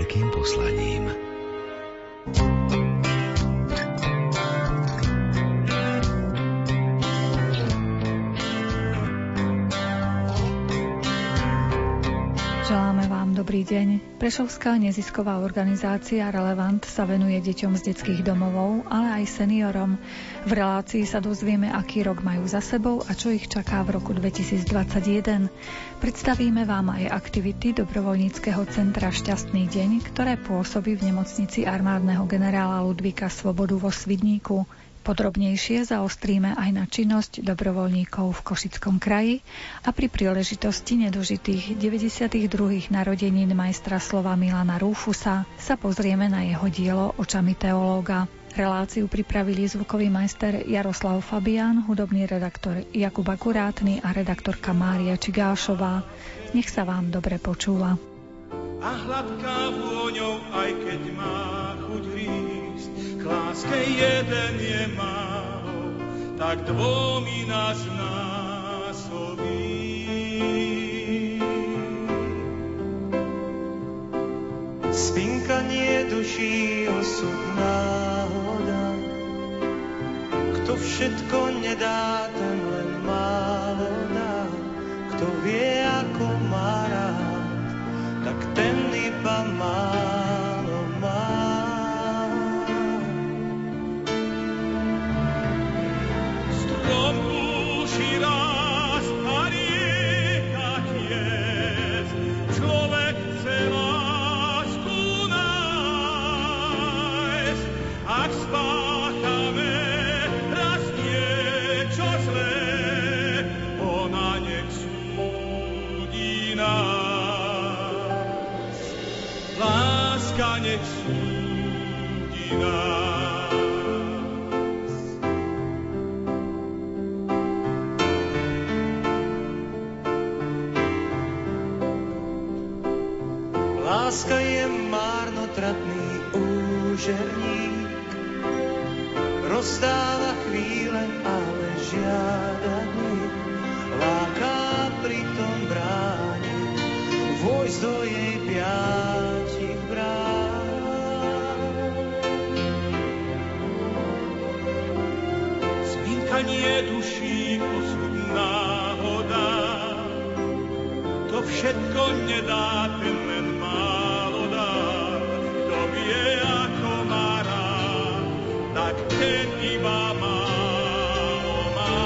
veľkým poslaním. Želáme vám dobrý deň. Prešovská nezisková organizácia Relevant sa venuje deťom z detských domovov, ale aj seniorom. V relácii sa dozvieme, aký rok majú za sebou a čo ich čaká v roku 2021. Predstavíme vám aj aktivity dobrovoľníckeho centra Šťastný deň, ktoré pôsobí v nemocnici armádneho generála Ludvíka Svobodu vo Svidníku. Podrobnejšie zaostríme aj na činnosť dobrovoľníkov v Košickom kraji a pri príležitosti nedožitých 92. narodenín majstra slova Milana Rúfusa sa pozrieme na jeho dielo Očami teológa. Reláciu pripravili zvukový majster Jaroslav Fabián, hudobný redaktor Jakub Akurátny a redaktorka Mária Čigášová. Nech sa vám dobre počúva. A hladká vôňou, aj keď má chuť hrísť, k láske jeden je málo, tak dvomi nás násobí. Spinkanie duší, osud, náhoda, kto všetko nedá, ten len málo dá, kto vie, ako má rád, tak ten iba málo má. Strom túži rásť a rieka tiec, človek chce lásku nájsť. Ak spáchame raz niečo zlé, ona nech súdi nás. Láska nech súdi nás. Láska je márnotratný úžerník, rozdáva chvíle, ale žiada dní, láká, pritom bráni, vojsť do jej piatich brán. Spinkanie duší, osud, náhoda, to všetko nedá, ten len málo dá. Kto vie, ako má rád, tak ten iba málo má.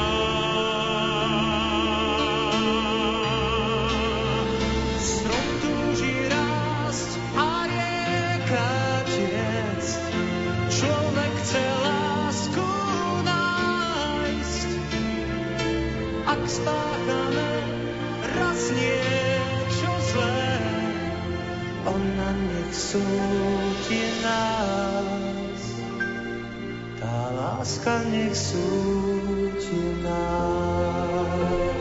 Strom túži rásť a rieka tiecť, človek chce lásku nájsť. Ak spáchame raz niečo zlé, ona nech súdi nás. Tá láska nech súdi nás.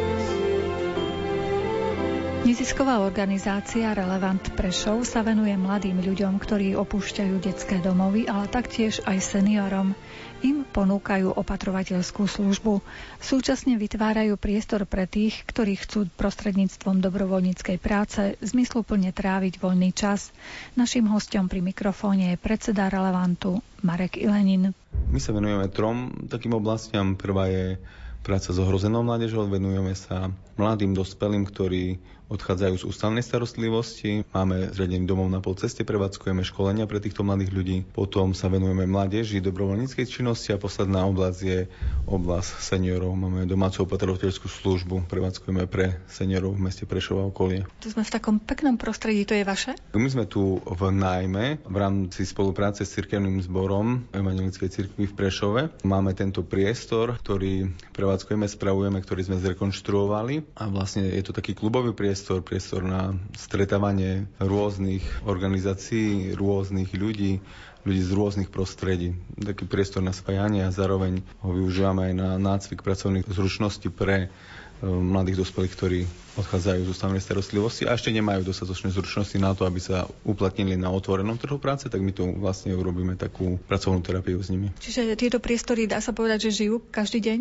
Nezisková organizácia Relevant Prešov sa venuje mladým ľuďom, ktorí opúšťajú detské domovy, ale taktiež aj seniorom. Im ponúkajú opatrovateľskú službu. Súčasne vytvárajú priestor pre tých, ktorí chcú prostredníctvom dobrovoľníckej práce zmysluplne tráviť voľný čas. Naším hosťom pri mikrofóne je predseda Relevantu Marek Ilenin. My sa venujeme trom takým oblastiam. Prvá je práca s ohrozenou mládežou. Venujeme sa mladým dospelým, ktorí odchádzajú z ústavnej starostlivosti. Máme zriadený domov na polceste, prevádzkujeme školenia pre týchto mladých ľudí. Potom sa venujeme mládeži, dobrovoľníckej činnosti a posledná oblasť je oblasť seniorov. Máme domácu opatrovateľskú službu, prevádzkujeme pre seniorov v meste Prešov a okolie. Tu sme v takom peknom prostredí, to je vaše? My sme tu v nájme v rámci spolupráce s cirkevným zborom Evanjelickej cirkvi v Prešove. Máme tento priestor, ktorý prevádzkujeme, spravujeme, ktorý sme zrekonštruovali a vlastne je to taký klubový priestor na stretávanie rôznych organizácií, rôznych ľudí z rôznych prostredí. Taký priestor na spájanie a zároveň ho využívame aj na nácvik pracovných zručností pre mladých dospelých, ktorí odchádzajú z ústavnej starostlivosti a ešte nemajú dostatočné zručnosti na to, aby sa uplatnili na otvorenom trhu práce, tak my tu vlastne urobíme takú pracovnú terapiu s nimi. Čiže tieto priestory, dá sa povedať, že žijú každý deň?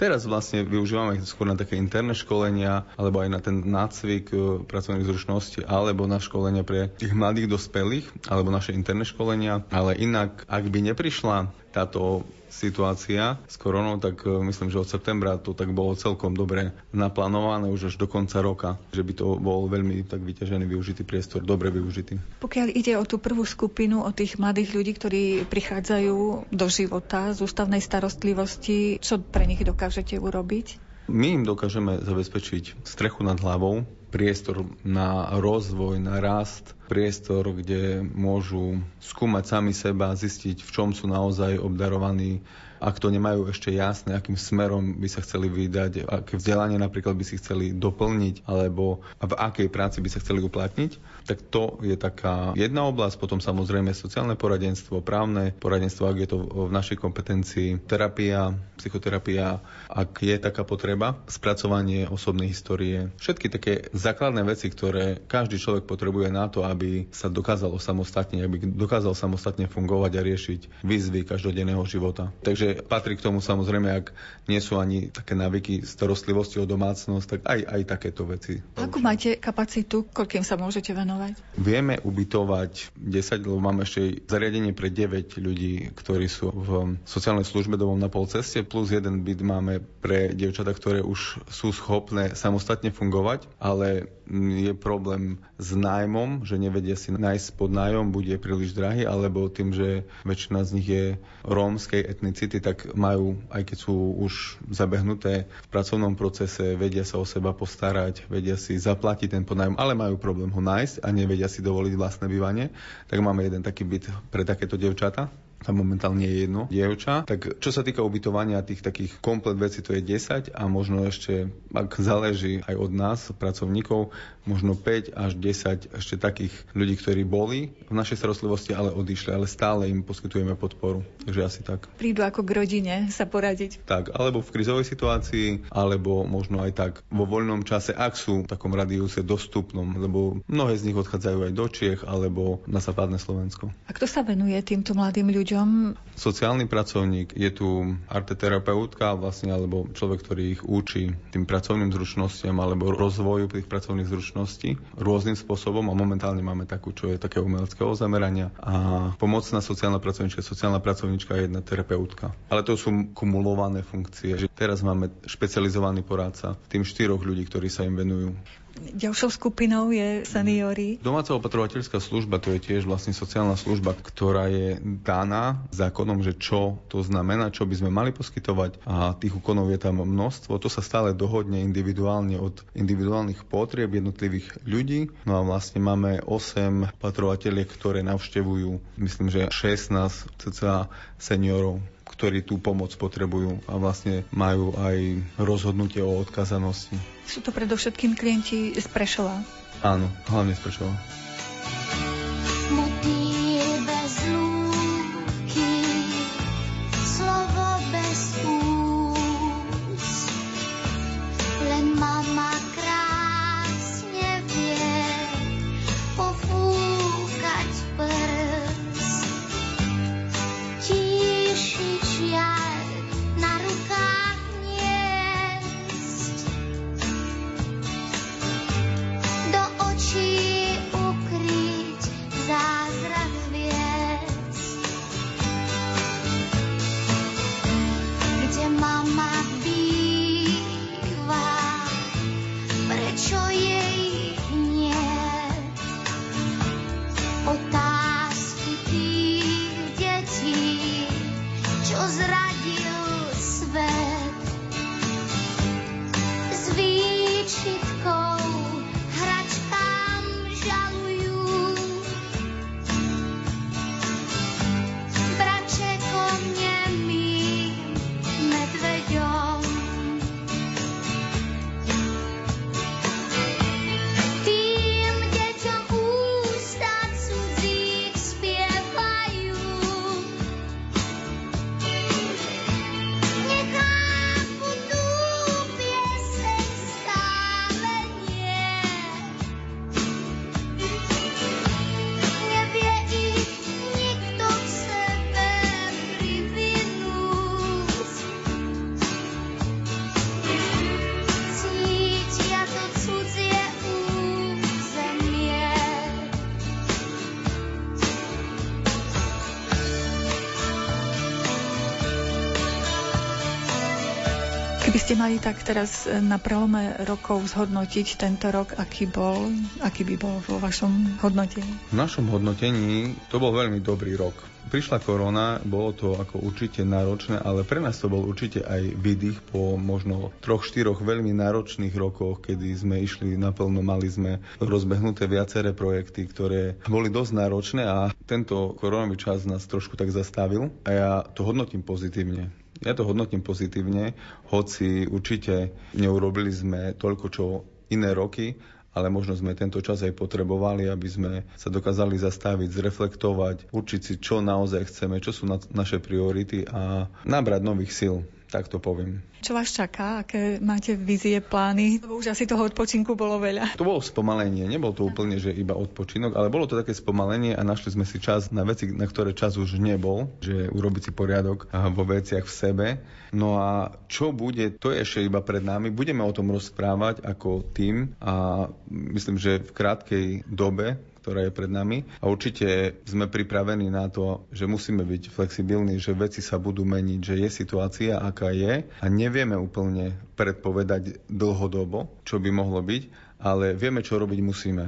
Teraz vlastne využívame skôr na také interné školenia, alebo aj na ten nácvik pracovných zručností, alebo na školenia pre tých mladých dospelých, alebo naše interné školenia. Ale inak, ak by neprišla táto situácia s koronou, tak myslím, že od septembra to tak bolo celkom dobre naplánované už až do konca roka, že by to bol veľmi tak vyťažený, využitý priestor, dobre využitý. Pokiaľ ide o tú prvú skupinu, o tých mladých ľudí, ktorí prichádzajú do života z ústavnej starostlivosti, čo pre nich dokážete urobiť? My im dokážeme zabezpečiť strechu nad hlavou, priestor na rozvoj, na rast, priestor, kde môžu skúmať sami seba, zistiť, v čom sú naozaj obdarovaní, ak to nemajú ešte jasné, akým smerom by sa chceli vydať, aké vzdelanie napríklad by si chceli doplniť, alebo v akej práci by sa chceli uplatniť, tak to je taká jedna oblasť. Potom samozrejme sociálne poradenstvo, právne poradenstvo, ak je to v našej kompetencii, terapia, psychoterapia, ak je taká potreba, spracovanie osobnej histórie. Všetky také základné veci, ktoré každý človek potrebuje na to, aby sa dokázal osamostatniť, aby dokázal samostatne fungovať a riešiť výzvy každodenného života. Takže patrí k tomu samozrejme, ak nie sú ani také návyky starostlivosti o domácnosť, tak aj takéto veci. Akú máte kapacitu, koľkým sa môžete venovať? Vieme ubytovať 10, lebo máme ešte zariadenie pre 9 ľudí, ktorí sú v sociálnej službe domov na polceste, plus jeden byt máme pre dievčatá, ktoré už sú schopné samostatne fungovať, ale je problém s nájmom, že nevedia si nájsť pod nájom, buď je príliš drahý, alebo tým, že väčšina z nich je rómskej etnicity, tak majú, aj keď sú už zabehnuté v pracovnom procese, vedia sa o seba postarať, vedia si zaplatiť ten podnájom, ale majú problém ho nájsť a nevedia si dovoliť vlastné bývanie. Tak máme jeden taký byt pre takéto dievčatá. Tam momentálne je jedno dievča. Tak čo sa týka ubytovania tých takých komplet vecí, to je 10 a možno ešte, ak záleží aj od nás, pracovníkov, možno 5 až 10 ešte takých ľudí, ktorí boli v našej starostlivosti, ale odišli, ale stále im poskytujeme podporu. Takže asi tak. Prídu ako k rodine sa poradiť. Tak, alebo v krízovej situácii, alebo možno aj tak vo voľnom čase, ak sú v takom radiuse dostupnom, lebo mnohé z nich odchádzajú aj do Čiech, alebo na západné Slovensko. A kto sa venuje týmto mladým ľuďom? Sociálny pracovník, je tu arteterapeutka vlastne, alebo človek, ktorý ich učí tým pracovným zručnostiam alebo rozvoju tých pracovných zručností rôznym spôsobom a momentálne máme takú, čo je také umeleckého zamerania a pomocná sociálna pracovníčka je jedna terapeutka. Ale to sú kumulované funkcie, že teraz máme špecializovaný poradca tým 4 ľudí, ktorí sa im venujú. Ďalšou skupinou je seniori. Domáca opatrovateľská služba, to je tiež vlastne sociálna služba, ktorá je daná zákonom, že čo to znamená, čo by sme mali poskytovať a tých úkonov je tam množstvo. To sa stále dohodne individuálne od individuálnych potrieb jednotlivých ľudí. No a vlastne máme 8 opatrovateľiek, ktoré navštevujú, myslím, že 16 cca seniorov, ktorí tú pomoc potrebujú a vlastne majú aj rozhodnutie o odkazanosti. Sú to predovšetkým klienti z Prešova? Áno, hlavne z Prešova. Motýl bez lúky, slovo bez úst, len mama krásne vie pofúkať prst. Žiar na rukách niesť, do očí ste mali tak teraz na prelome rokov zhodnotiť tento rok, aký by bol vo vašom hodnotení? V našom hodnotení to bol veľmi dobrý rok. Prišla korona, bolo to ako určite náročné, ale pre nás to bol určite aj výdych po možno 3-4 veľmi náročných rokoch, kedy sme išli naplno, mali sme rozbehnuté viaceré projekty, ktoré boli dosť náročné a tento koronový čas nás trošku tak zastavil a ja to hodnotím pozitívne. Hoci určite neurobili sme toľko, čo iné roky, ale možno sme tento čas aj potrebovali, aby sme sa dokázali zastaviť, zreflektovať, určiť si, čo naozaj chceme, čo sú naše priority a nabrať nových síl. Tak to poviem. Čo vás čaká? Aké máte vízie, plány? Lebo už asi toho odpočinku bolo veľa. To bolo spomalenie. Nebol to úplne, že iba odpočinok, ale bolo to také spomalenie a našli sme si čas na veci, na ktoré čas už nebol, že urobiť si poriadok vo veciach v sebe. No a čo bude, to je ešte iba pred nami. Budeme o tom rozprávať ako tým a myslím, že v krátkej dobe, ktorá je pred nami. A určite sme pripravení na to, že musíme byť flexibilní, že veci sa budú meniť, že je situácia, aká je a nevieme úplne predpovedať dlhodobo, čo by mohlo byť, ale vieme, čo robiť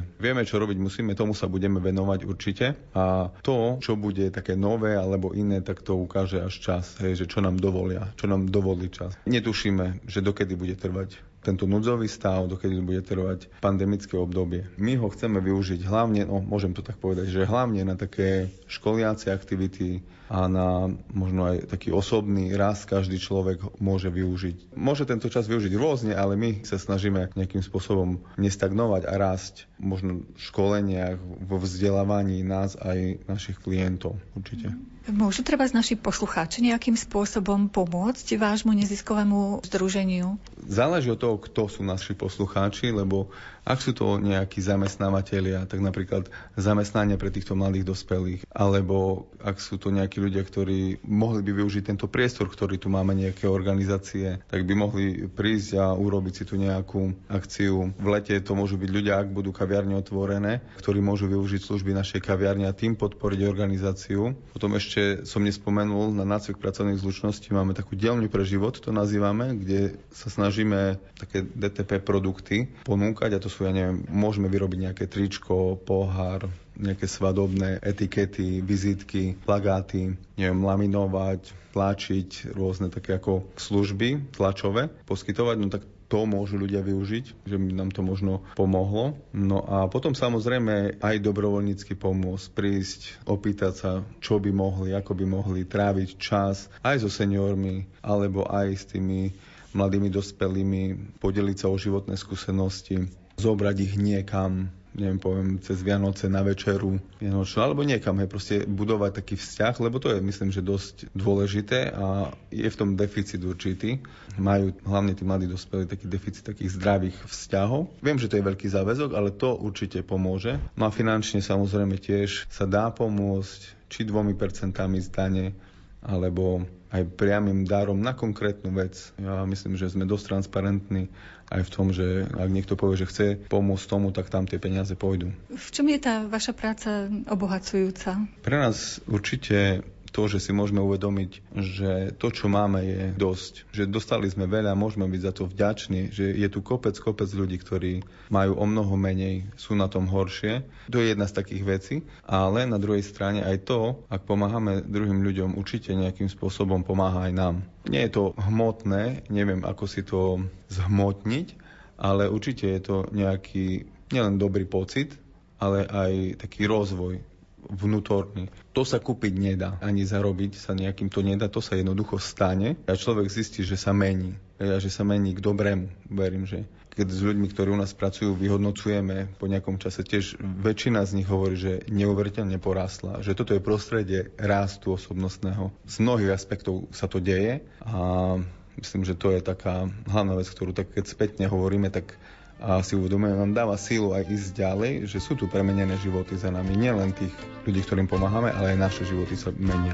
musíme. Tomu sa budeme venovať určite a to, čo bude také nové alebo iné, tak to ukáže až čas, že čo nám dovolí čas. Netušíme, že dokedy bude trvať tento núdzový stav, dokedy bude trvať pandemické obdobie. My ho chceme využiť hlavne, môžem to tak povedať, že hlavne na také školiace aktivity a na možno aj taký osobný rast každý človek môže využiť. Môže tento čas využiť rôzne, ale my sa snažíme nejakým spôsobom nestagnovať a rásť možno v školeniach, vo vzdelávaní nás aj našich klientov určite. Môžu treba naši poslucháči nejakým spôsobom pomôcť vášmu neziskovému združeniu? Záleží od toho, kto sú naši poslucháči, lebo ak sú to nejakí zamestnávateľia, tak napríklad zamestnanie pre týchto mladých dospelých, alebo ak sú to nejakí ľudia, ktorí mohli by využiť tento priestor, ktorý tu máme, nejaké organizácie, tak by mohli prísť a urobiť si tu nejakú akciu. V lete to môžu byť ľudia, ak budú kaviarne otvorené, ktorí môžu využiť služby našej kaviarne a tým podporiť organizáciu. Potom ešte som nespomenul, na nácvik pracovných zručností máme takú dielňu pre život, to nazývame, kde sa snažíme také DTP produkty ponúkať, a to sú, môžeme vyrobiť nejaké tričko, pohár, nejaké svadobné etikety, vizitky, plagáty, laminovať, tlačiť, rôzne také ako služby tlačové poskytovať, no tak to môžu ľudia využiť, že by nám to možno pomohlo. No a potom samozrejme aj dobrovoľnícky pomôcť, prísť, opýtať sa, čo by mohli, ako by mohli tráviť čas aj so seniormi, alebo aj s tými mladými dospelými, podeliť sa o životné skúsenosti, zobrať ich niekam, poviem, cez Vianoce na večeru vianočnú, alebo niekam, proste budovať taký vzťah, lebo to je, myslím, že dosť dôležité a je v tom deficit určitý. Majú hlavne tí mladí dospelí taký deficit takých zdravých vzťahov. Viem, že to je veľký záväzok, ale to určite pomôže. No a finančne samozrejme tiež sa dá pomôcť, či 2% z dane, alebo aj priamym darom na konkrétnu vec. Ja myslím, že sme dosť transparentní aj v tom, že ak niekto povie, že chce pomôcť tomu, tak tam tie peniaze pôjdu. V čom je tá vaša práca obohacujúca? Pre nás určite to, že si môžeme uvedomiť, že to, čo máme, je dosť. Že dostali sme veľa, môžeme byť za to vďační, že je tu kopec ľudí, ktorí majú o mnoho menej, sú na tom horšie. To je jedna z takých vecí, ale na druhej strane aj to, ak pomáhame druhým ľuďom, určite nejakým spôsobom pomáha aj nám. Nie je to hmotné, neviem, ako si to zhmotniť, ale určite je to nejaký nielen dobrý pocit, ale aj taký rozvoj vnútorný. To sa kúpiť nedá, ani zarobiť sa nejakým to nedá, to sa jednoducho stane a človek zistí, že sa mení. A že sa mení k dobrému. Verím, že keď s ľuďmi, ktorí u nás pracujú, vyhodnocujeme po nejakom čase, tiež väčšina z nich hovorí, že neuveriteľne porástla, že toto je prostredie rastu osobnostného. Z mnohých aspektov sa to deje a myslím, že to je taká hlavná vec, ktorú tak keď spätne hovoríme, tak a si uvedomujem, nám dáva sílu aj ísť ďalej, že sú tu premenené životy za nami. Nielen tých ľudí, ktorým pomáhame, ale aj naše životy sa menia.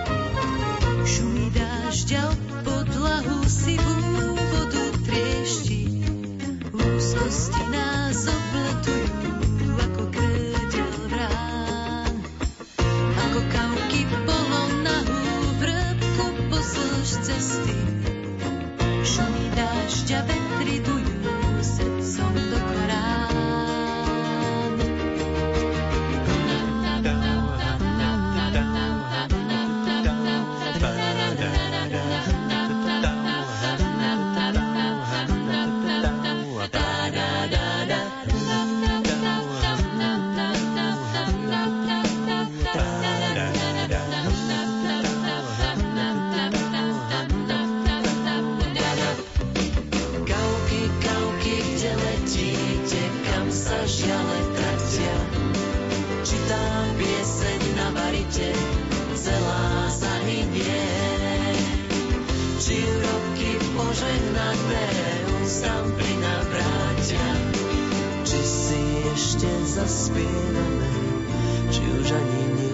Šumí dážďa podlahu sivú vodu triešti. Úzkosti nás obletujú ako krdeľ vrán. Ako kavky polonahú vrabku pozdĺž cesty. Šumí dážďa vystridujú srdcom do korán. Celá zahynie, či roky požehnané ústam prinavrátia, či si ešte zaspievame, či už ani nie.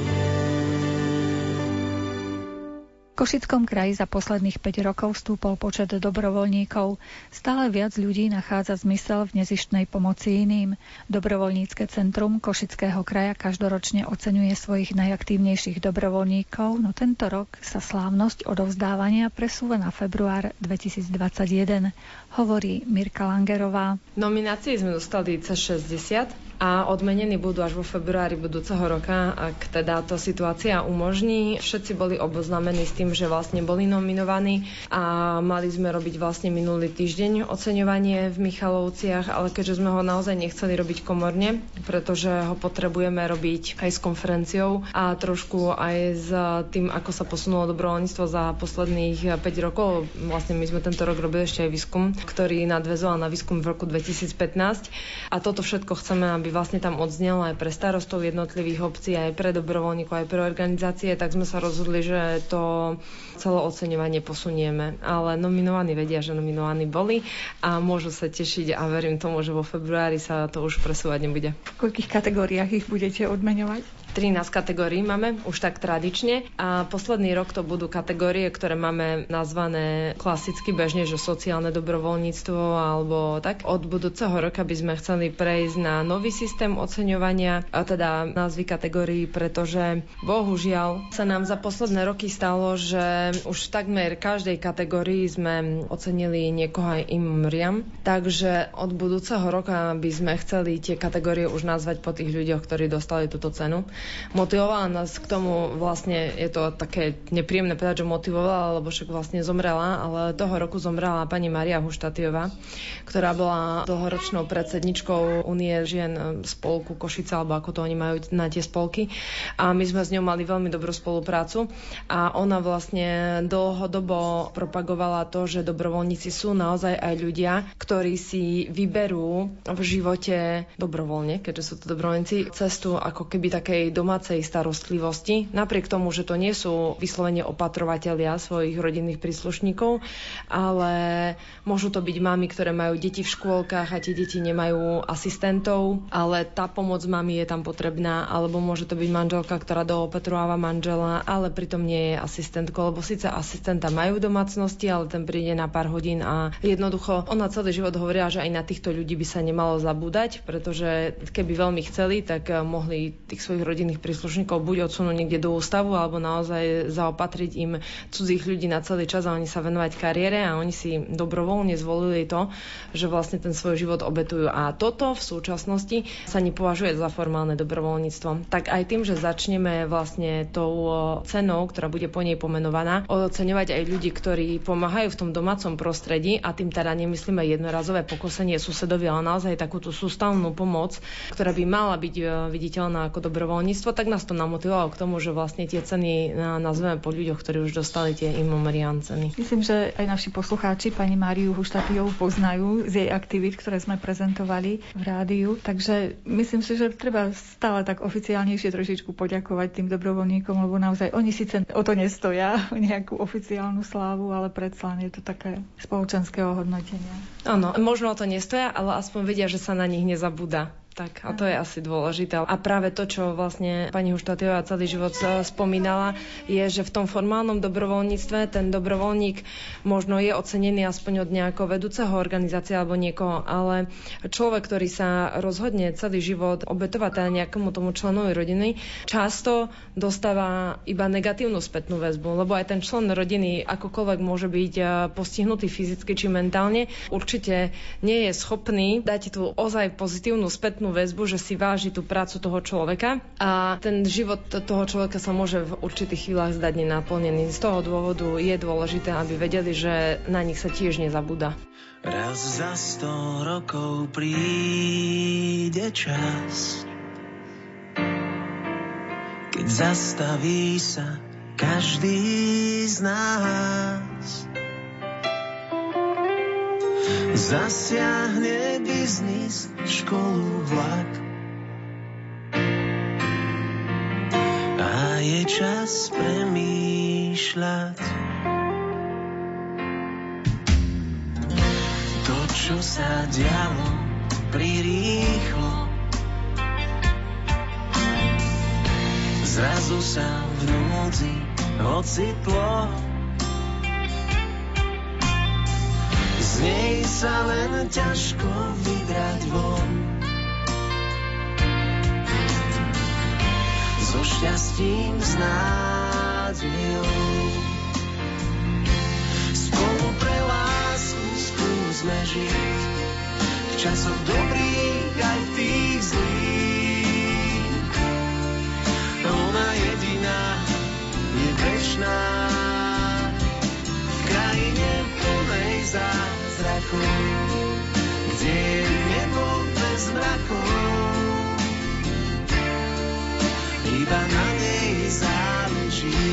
V Košickom kraji za posledných 5 rokov stúpol počet dobrovoľníkov. Stále viac ľudí nachádza zmysel v nezištnej pomoci iným. Dobrovoľnícke centrum Košického kraja každoročne oceňuje svojich najaktívnejších dobrovoľníkov, no tento rok sa slávnosť odovzdávania presúva na február 2021, hovorí Mirka Langerová. Nominácie sme dostali cez 60 a odmenení budú až vo februári budúceho roka, ak teda to situácia umožní. Všetci boli oboznámení s tým, že vlastne boli nominovaní a mali sme robiť vlastne minulý týždeň oceňovanie v Michalovciach, ale keďže sme ho naozaj nechceli robiť komorne, pretože ho potrebujeme robiť aj s konferenciou a trošku aj s tým, ako sa posunulo dobrovoľníctvo za posledných 5 rokov. Vlastne my sme tento rok robili ešte aj výskum, ktorý nadväzoval na výskum v roku 2015 a toto všetko chceme, aby vlastne tam odznelo aj pre starostov jednotlivých obcí, aj pre dobrovoľníkov, aj pre organizácie, tak sme sa rozhodli, že to celé oceňovanie posunieme. Ale nominovaní vedia, že nominovaní boli a môžu sa tešiť a verím tomu, že vo februári sa to už presúvať nebude. V koľkých kategóriách ich budete odmeňovať? 13 kategórií máme, už tak tradične. A posledný rok to budú kategórie, ktoré máme nazvané klasicky bežne, že sociálne dobrovoľníctvo alebo tak. Od budúceho roka by sme chceli prejsť na nový systém oceňovania, a teda názvy kategórií, pretože bohužiaľ sa nám za posledné roky stalo, že už takmer každej kategórii sme ocenili niekoho aj imriam. Takže od budúceho roka by sme chceli tie kategórie už nazvať po tých ľuďoch, ktorí dostali túto cenu. Motivovala nás k tomu, vlastne je to také nepríjemné povedať, že motivovala, lebo však vlastne zomrela, ale toho roku zomrela pani Mária Huštatiová, ktorá bola dlhoročnou predsedničkou Únie žien spolku Košice, alebo ako to oni majú na tie spolky. A my sme s ňou mali veľmi dobrú spoluprácu a ona vlastne dlhodobo propagovala to, že dobrovoľníci sú naozaj aj ľudia, ktorí si vyberú v živote dobrovoľne, keďže sú to dobrovoľníci, cestu ako keby takej domácej starostlivosti. Napriek tomu, že to nie sú vyslovene opatrovatelia svojich rodinných príslušníkov, ale môžu to byť mamy, ktoré majú deti v škôlkach a tie deti nemajú asistentov, ale tá pomoc mami je tam potrebná, alebo môže to byť manželka, ktorá doopetrováva manžela, ale pritom nie je asistentkou, lebo síce asistenta majú v domácnosti, ale ten príde na pár hodín a jednoducho ona celý život hovorila, že aj na týchto ľudí by sa nemalo zabúdať, pretože keby veľmi chceli, tak mohli tých svojich rodinných príslušníkov buď odsunúť niekde do ústavu, alebo naozaj zaopatriť im cudzích ľudí na celý čas a oni sa venovať kariére a oni si dobrovoľne zvolili to, že vlastne ten svoj život obetujú. A toto v súčasnosti sa nepovažuje za formálne dobrovoľníctvo. Tak aj tým, že začneme vlastne tou cenou, ktorá bude po nej pomenovaná, oceňovať aj ľudí, ktorí pomáhajú v tom domácom prostredí a tým teda nemyslíme jednorazové pokosenie susedovi, ale naozaj takúto sústavnú pomoc, ktorá by mala byť viditeľná ako dobrovoľníctvo, tak nás to namotivovalo k tomu, že vlastne tie ceny nazveme po ľuďoch, ktorí už dostali tie imomerián ceny. Myslím, že aj naši poslucháči pani Máriu Huštatiovú poznajú z jej aktivít, ktoré sme prezentovali v rádiu, takže myslím si, že treba stále tak oficiálnejšie trošičku poďakovať tým dobrovoľníkom, lebo naozaj oni síce o to nestoja, nejakú oficiálnu slávu, ale predsa len je to také spoločenského hodnotenia. Áno, možno o to nestoja, ale aspoň vedia, že sa na nich nezabúda. Tak, a to je asi dôležité. A práve to, čo vlastne pani Huštátiová celý život spomínala, je, že v tom formálnom dobrovoľníctve ten dobrovoľník možno je ocenený aspoň od nejakého vedúceho organizácie alebo niekoho, ale človek, ktorý sa rozhodne celý život obetovať nejakému tomu členovi rodiny, často dostáva iba negatívnu spätnú väzbu, lebo aj ten člen rodiny akokoľvek môže byť postihnutý fyzicky či mentálne, určite nie je schopný dať tú ozaj pozitívnu spätnú väzbu, že si váži tú prácu toho človeka a ten život toho človeka sa môže v určitých chvíľach zdať nenaplnený. Z toho dôvodu je dôležité, aby vedeli, že na nich sa tiež nezabúda. Raz za 100 rokov príde čas, keď zastaví sa každý z nás. Zasiahne biznis, školu, vlak a je čas premýšľať. To, čo sa dialo prirýchlo, zrazu sa v núdzi ocitlo. Z nej sa len ťažko vybrať von. So šťastím, s nádejou. Spolu pre lásku skúsme žiť v časoch dobrých aj v tých zlých. Ona jediná je večná v krajine plnej zázrakov, kde je nebo bez mrakov. Iba na nej záleží.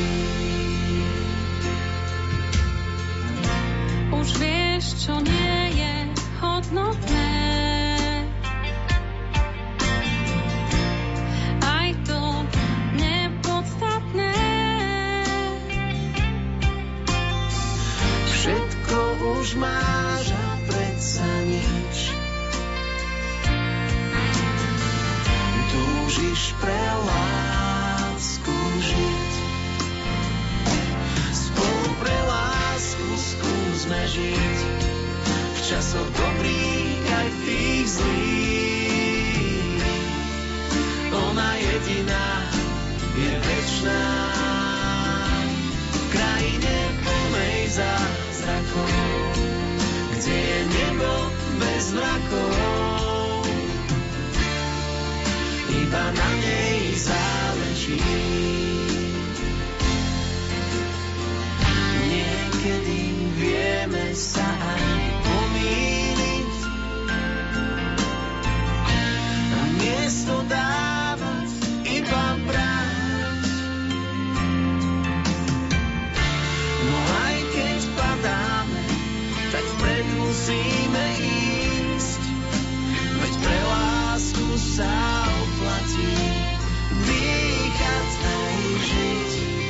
Už vieš, čo nie je hodnotné. Aj to nepodstatné. Všetko už máš a predsa nič. Túžiš pre lásku žiť. Spolu pre lásku skúsme žiť v časoch dobrých aj v tých zlých. Ona jediná je večná v krajine plnej zázrakov, kde je nebo bez mrakov. Iba na nej záleží. Niekedy vieme sa aj pomýliť a miesto dávať iba brať. No aj keď padáme, tak vpred musíme ísť, veď pre lásku sa oplatí dýchať aj žiť.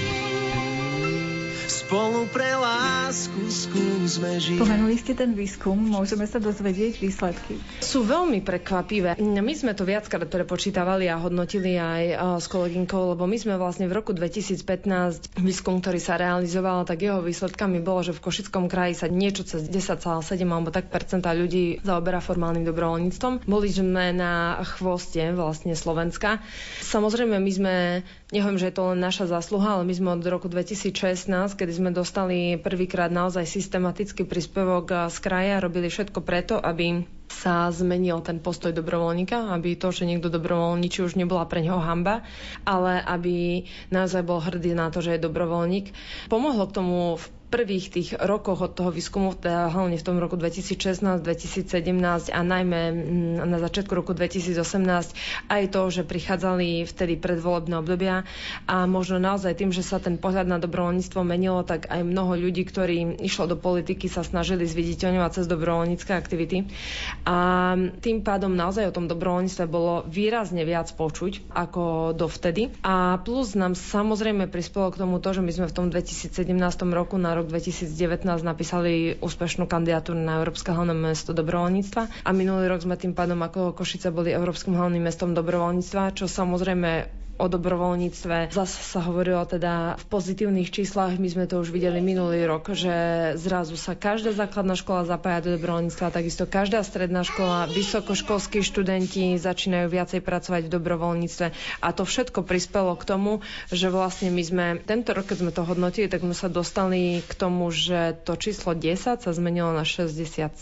Spolu pre lásku skúsme žiť. Spomenuli ste ten výskum, môžeme sa dozvedieť výsledky? Sú veľmi prekvapivé. My sme to viackrát prepočítavali a hodnotili aj s kolegynkou, lebo my sme vlastne v roku 2015 výskum, ktorý sa realizoval, tak jeho výsledkami bolo, že v Košickom kraji sa niečo cez 10,7 alebo tak percenta ľudí zaoberá formálnym dobrovoľníctvom. Boli sme na chvoste vlastne Slovenska. Samozrejme, my sme, neviem, že je to len naša zásluha, ale my sme od roku 2016, kedy sme dostali prvýkrát naozaj systematický príspevok z kraja, robili všetko preto, aby sa zmenil ten postoj dobrovoľníka, aby to, že niekto dobrovoľníči, už nebola pre neho hanba, ale aby naozaj bol hrdý na to, že je dobrovoľník. Pomohlo k tomu v prvých tých rokoch od toho výskumu, teda hlavne v tom roku 2016, 2017 a najmä na začiatku roku 2018 aj to, že prichádzali vtedy predvolebné obdobia a možno naozaj tým, že sa ten pohľad na dobrovoľníctvo menilo, tak aj mnoho ľudí, ktorí išlo do politiky, sa snažili zviditeľňovať cez dobrovoľnícke aktivity. A tým pádom naozaj o tom dobrovoľníctve bolo výrazne viac počuť ako dovtedy. A plus nám samozrejme prispelo k tomu to, že my sme v tom 2017 roku narobili rok 2019 napísali úspešnú kandidatúru na Európske hlavné mesto dobrovoľníctva a minulý rok sme tým pádom ako Košice boli Európskym hlavným mestom dobrovoľníctva, čo samozrejme o dobrovoľníctve zase sa hovorilo teda v pozitívnych číslach. My sme to už videli minulý rok, že zrazu sa každá základná škola zapája do dobrovoľníctva, takisto každá stredná škola, vysokoškolskí študenti začínajú viacej pracovať v dobrovoľníctve a to všetko prispelo k tomu, že vlastne my sme tento rok, keď sme to hodnotili, tak sme sa dostali k tomu, že to číslo 10 sa zmenilo na 67%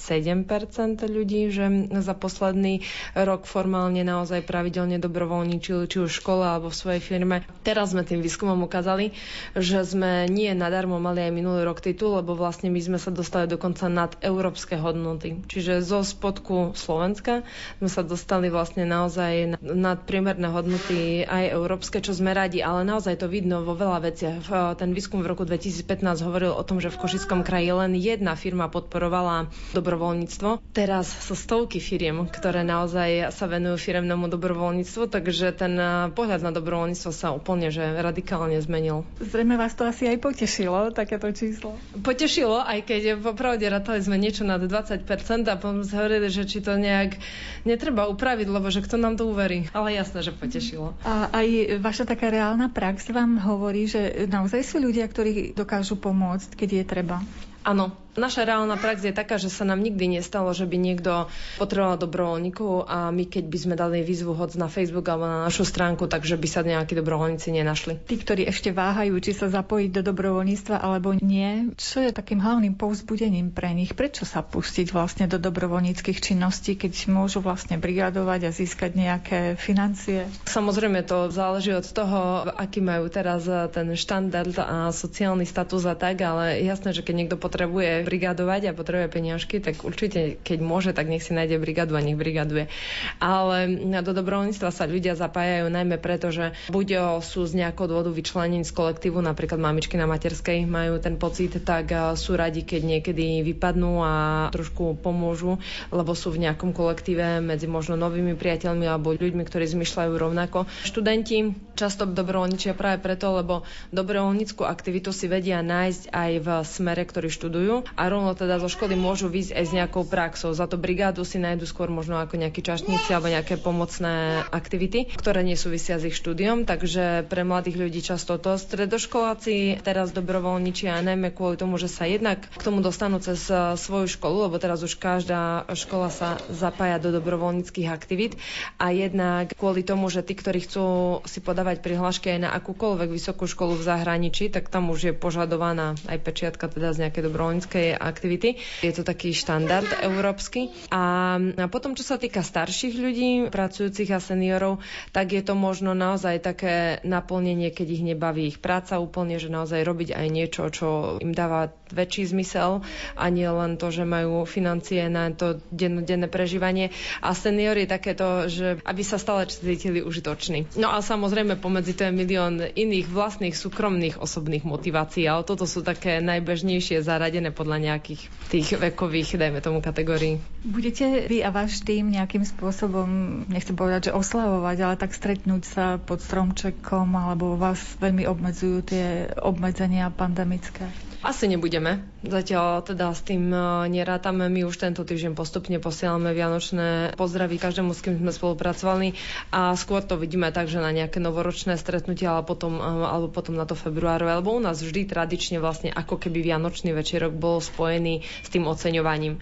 ľudí, že za posledný rok formálne naozaj pravidelne dobrovoľníčili či už v škole alebo v svojej firme. Teraz sme tým výskumom ukázali, že sme nie nadarmo mali aj minulý rok titul, lebo vlastne my sme sa dostali dokonca nad európske hodnoty. Čiže zo spodku Slovenska sme sa dostali vlastne naozaj nad priemerné hodnoty aj európske, čo sme radi, ale naozaj to vidno vo veľa veciach. Ten výskum v roku 2015 hovoril o tom, že v Košickom kraji len jedna firma podporovala dobrovoľníctvo. Teraz sú stovky firiem, ktoré naozaj sa venujú firemnému dobrovoľníctvu, takže ten pohľad na dobrovoľníctvo sa úplne že radikálne zmenil. Zrejme vás to asi aj potešilo, takéto číslo. Potešilo, aj keď popravde rátali sme niečo nad 20% a potom sme hovorili, že či to nejak netreba upraviť, lebo že kto nám to uverí. Ale jasné, že potešilo. A aj vaša taká reálna prax vám hovorí, že naozaj sú ľudia, ktorí dokážu pomôcť, keď je treba? Áno. Naša reálna prax je taká, že sa nám nikdy nestalo, že by niekto potreboval dobrovoľníkov a my keď by sme dali výzvu hoď na Facebook alebo na našu stránku, takže by sa nejakí dobrovoľníci nenašli. Tí, ktorí ešte váhajú, či sa zapojiť do dobrovoľníctva alebo nie, čo je takým hlavným povzbudením pre nich? Prečo sa pustiť vlastne do dobrovoľníckych činností, keď môžu vlastne brigadovať a získať nejaké financie? Samozrejme to záleží od toho, aký majú teraz ten štandard a sociálny status a tak, ale jasné, že keď niekto potrebuje brigadovať a potrebuje peniažky, tak určite, keď môže, tak nech si nájde brigadu a nech brigaduje. Ale do dobrovoľníctva sa ľudia zapájajú najmä preto, že buď sú z nejakého dôvodu vyčlenení z kolektívu, napríklad mamičky na materskej majú ten pocit, tak sú radi, keď niekedy vypadnú a trošku pomôžu, lebo sú v nejakom kolektíve medzi možno novými priateľmi alebo ľuďmi, ktorí zmyšľajú rovnako. Študenti často dobrovoľničia práve preto, lebo dobrovoľnícku aktivitu si vedia nájsť aj v smere, ktorý študujú a rovno teda zo školy môžu výjsť aj s nejakou praxou. Za to brigádu si nájdu skôr možno ako nejakí čašníci alebo nejaké pomocné aktivity, ktoré nesúvisia s ich štúdiom, takže pre mladých ľudí často to. Stredoškoláci teraz dobrovoľničia najmä kvôli tomu, že sa jednak k tomu dostanú cez svoju školu, lebo teraz už každá škola sa zapája do dobrovoľníckych aktivít a jednak kvôli tomu, že tí, ktorí chcú si podávať prihlášky aj na akúkoľvek vysokú školu v zahraničí, tak tam už je požadovaná aj pečiatka teda z nejakej dobrovoľníckej aktivity. Je to taký štandard európsky. A potom, čo sa týka starších ľudí, pracujúcich a seniorov, tak je to možno naozaj také naplnenie, keď ich nebaví ich práca úplne, že naozaj robiť aj niečo, čo im dáva väčší zmysel a nie len to, že majú financie na to dennodenné prežívanie. A senior je takéto, že aby sa stále cítili užitoční. No a samozrejme pomedzi to je milión iných vlastných, súkromných, osobných motivácií, ale toto sú také najbežnejšie zaradené podľa nejakých tých vekových, dajme tomu, kategórií. Budete vy a váš tým nejakým spôsobom, nechcem povedať, že oslavovať, ale tak stretnúť sa pod stromčekom, alebo vás veľmi obmedzujú tie obmedzenia pandemické? Asi nebudeme. Zatiaľ teda s tým nerátame. My už tento týždeň postupne posielame vianočné pozdravy každému, s kým sme spolupracovali a skôr to vidíme tak, že na nejaké novoročné stretnutia alebo potom na to februárové, lebo u nás vždy tradične vlastne ako keby vianočný večerok bol spojený s tým oceňovaním.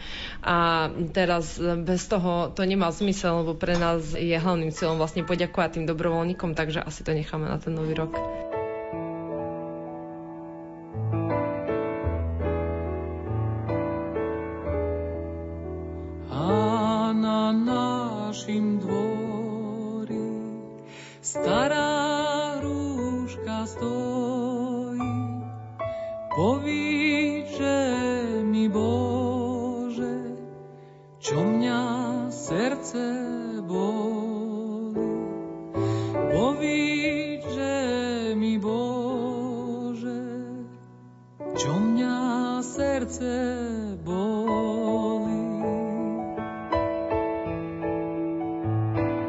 A teraz bez toho to nemá zmysel, lebo pre nás je hlavným cieľom vlastne poďakovať tým dobrovoľníkom, takže asi to necháme na ten nový rok. Na našim dvori stará rúška stojí. Povíže mi, Bože, čo mňa srdce boli. Povíže mi, Bože, čo mňa srdce boli.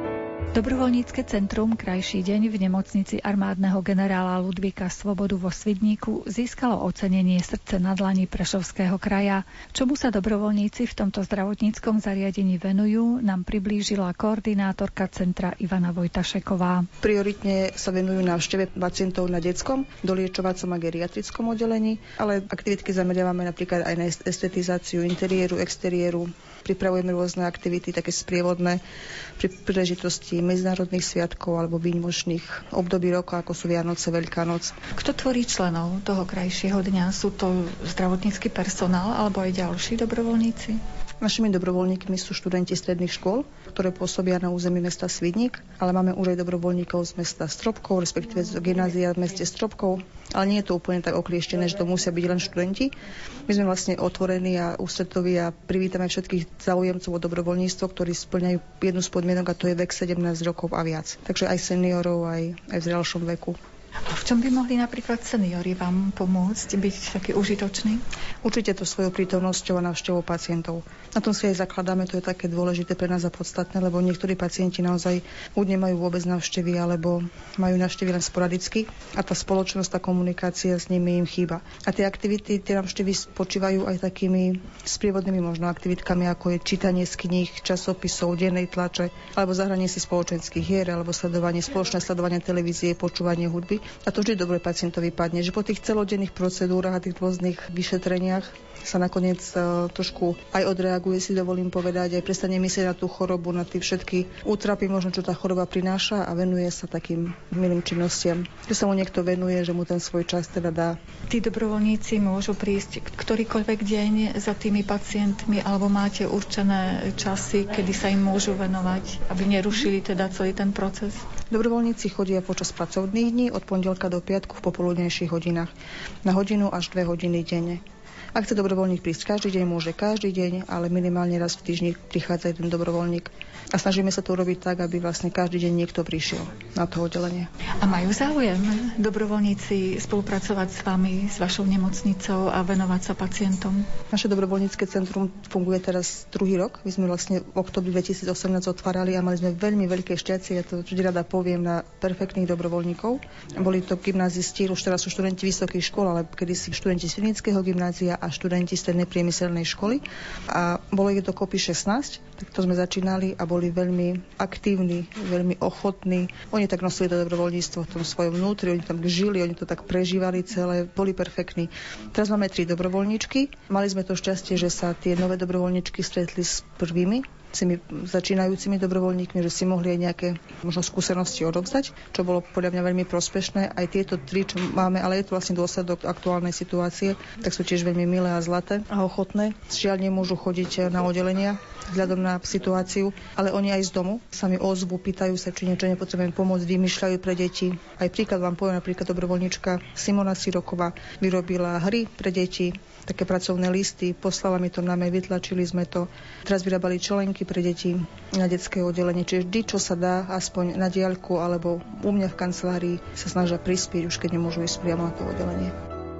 Dobrovoľnícke centrum Krajší deň v nemocnici armádneho generála Ludvíka Svobodu vo Svidníku získalo ocenenie Srdce na dlani Prešovského kraja. Čomu sa dobrovoľníci v tomto zdravotníckom zariadení venujú, nám priblížila koordinátorka centra Ivana Vojtašeková. Prioritne sa venujú návšteve pacientov na detskom, doliečovacom a geriatrickom oddelení, ale aktivitky zameriavame napríklad aj na estetizáciu interiéru, exteriéru. Pripravujeme rôzne aktivity, také sprievodné pri príležitosti medzinárodných sviatkov alebo výnimočných období roka, ako sú Vianoce, Veľká noc. Kto tvorí členov toho krajšieho dňa? Sú to zdravotnícky personál alebo aj ďalší dobrovoľníci? Našimi dobrovoľníkmi sú študenti stredných škôl, ktoré pôsobia na území mesta Svidník, ale máme už aj dobrovoľníkov z mesta Stropkov, respektíve z gymnázia v meste Stropkov, ale nie je to úplne tak oklieštené, že to musia byť len študenti. My sme vlastne otvorení a ústretoví a privítame všetkých záujemcov o dobrovoľníctvo, ktorí spĺňajú jednu z podmienok, a to je vek 17 rokov a viac. Takže aj seniorov, aj v zrelšom veku. A v čom by mohli napríklad seniori vám pomôcť byť taký užitočný? Určite to svojou prítomnosťou a návštevou pacientov. Na tom si aj zakladáme, to je také dôležité pre nás a podstatné, lebo niektorí pacienti naozaj buď nemajú vôbec návštevy, alebo majú návštevy len sporadicky a tá spoločnosť, tá komunikácia s nimi im chýba. A tie aktivity, tie návštevy spočívajú aj takými sprievodnými možno aktivitkami, ako je čítanie z kníh, časopisov, dennej tlače, alebo zahranie si spoločenských hier, alebo spoločné sledovanie televízie, počúvanie hudby. A to vždy dobre pacientovi padne, že po tých celodenných procedúrach a tých rôznych vyšetreniach sa nakoniec trošku aj odreaguje, si dovolím povedať, aj prestane myslieť na tú chorobu, na tie všetky útrapy, možno čo tá choroba prináša, a venuje sa takým milým činnostiam. Že sa mu niekto venuje, že mu ten svoj čas teda dá. Tí dobrovoľníci môžu prísť ktorýkoľvek deň za tými pacientmi, alebo máte určené časy, kedy sa im môžu venovať, aby nerušili teda celý ten proces? Dobrovoľníci chodia počas pracovných dní od pondelka do piatku v popoludnejších hodinách na hodinu až 2 hodiny denne. Ak chce dobrovoľník prísť každý deň, môže každý deň, ale minimálne raz v týždni prichádza jeden dobrovoľník. A snažíme sa to urobiť tak, aby vlastne každý deň niekto prišiel na to oddelenie. A majú záujem dobrovoľníci spolupracovať s vami, s vašou nemocnicou a venovať sa pacientom? Naše dobrovoľnícke centrum funguje teraz 2. rok. My sme vlastne v októbri 2018 otvárali a mali sme veľmi veľké šťastie, ja to vždy rada poviem, na perfektných dobrovoľníkov. Boli to gymnázisti, už teraz sú študenti vysokých škôl, ale kedysi študenti z Svidníckeho gymnázia a študenti strednej priemyselnej školy. A bolo ich dokopy 16, tak to sme začínali a boli veľmi aktívni, veľmi ochotní. Oni tak nosili to dobrovoľníctvo v tom svojom vnútri, oni tam žili, oni to tak prežívali celé, boli perfektní. Teraz máme 3 dobrovoľníčky. Mali sme to šťastie, že sa tie nové dobrovoľníčky stretli s prvými, s tými začínajúcimi dobrovoľníkmi, že si mohli aj nejaké možno skúsenosti odovzdať, čo bolo podľa mňa veľmi prospešné. Aj tieto 3, čo máme, ale je to vlastne dôsledok aktuálnej situácie, tak sú tiež veľmi milé a zlaté a ochotné. Žiaľ, nemôžu chodiť na oddelenia vzhľadom na situáciu, ale oni aj z domu sa mi ozvu, pýtajú sa, či niečo nepotrebujem pomôcť, vymýšľajú pre deti. Aj príklad vám poviem, napríklad dobrovoľníčka Simona Siroková vyrobila hry pre deti, také pracovné listy, poslala mi to na mail, vytlačili sme to. Teraz vyrábali členky pre deti na detské oddelenie, čiže vždy, čo sa dá, aspoň na diaľku alebo u mňa v kancelárii, sa snažia prispieť, už keď nemôžu ísť priamo na to oddelenie.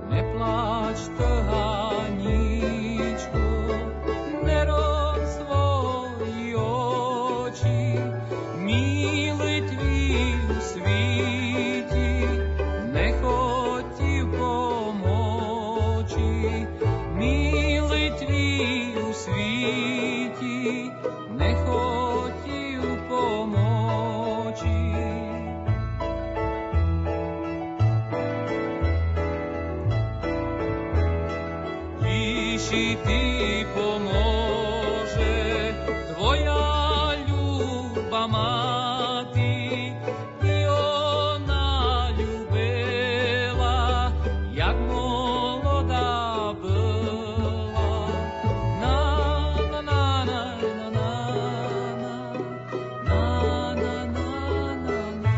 Nepláč, trhaníčku, nerob svoji oči, míli tvým svíti, nechoď ti pomoči, míli tvým svíti, nechoď ti pomoči. Či ty pomôže tvoja ľúba máti, i ona ľúbela, jak molodá bola. Na na na na na na na na na na.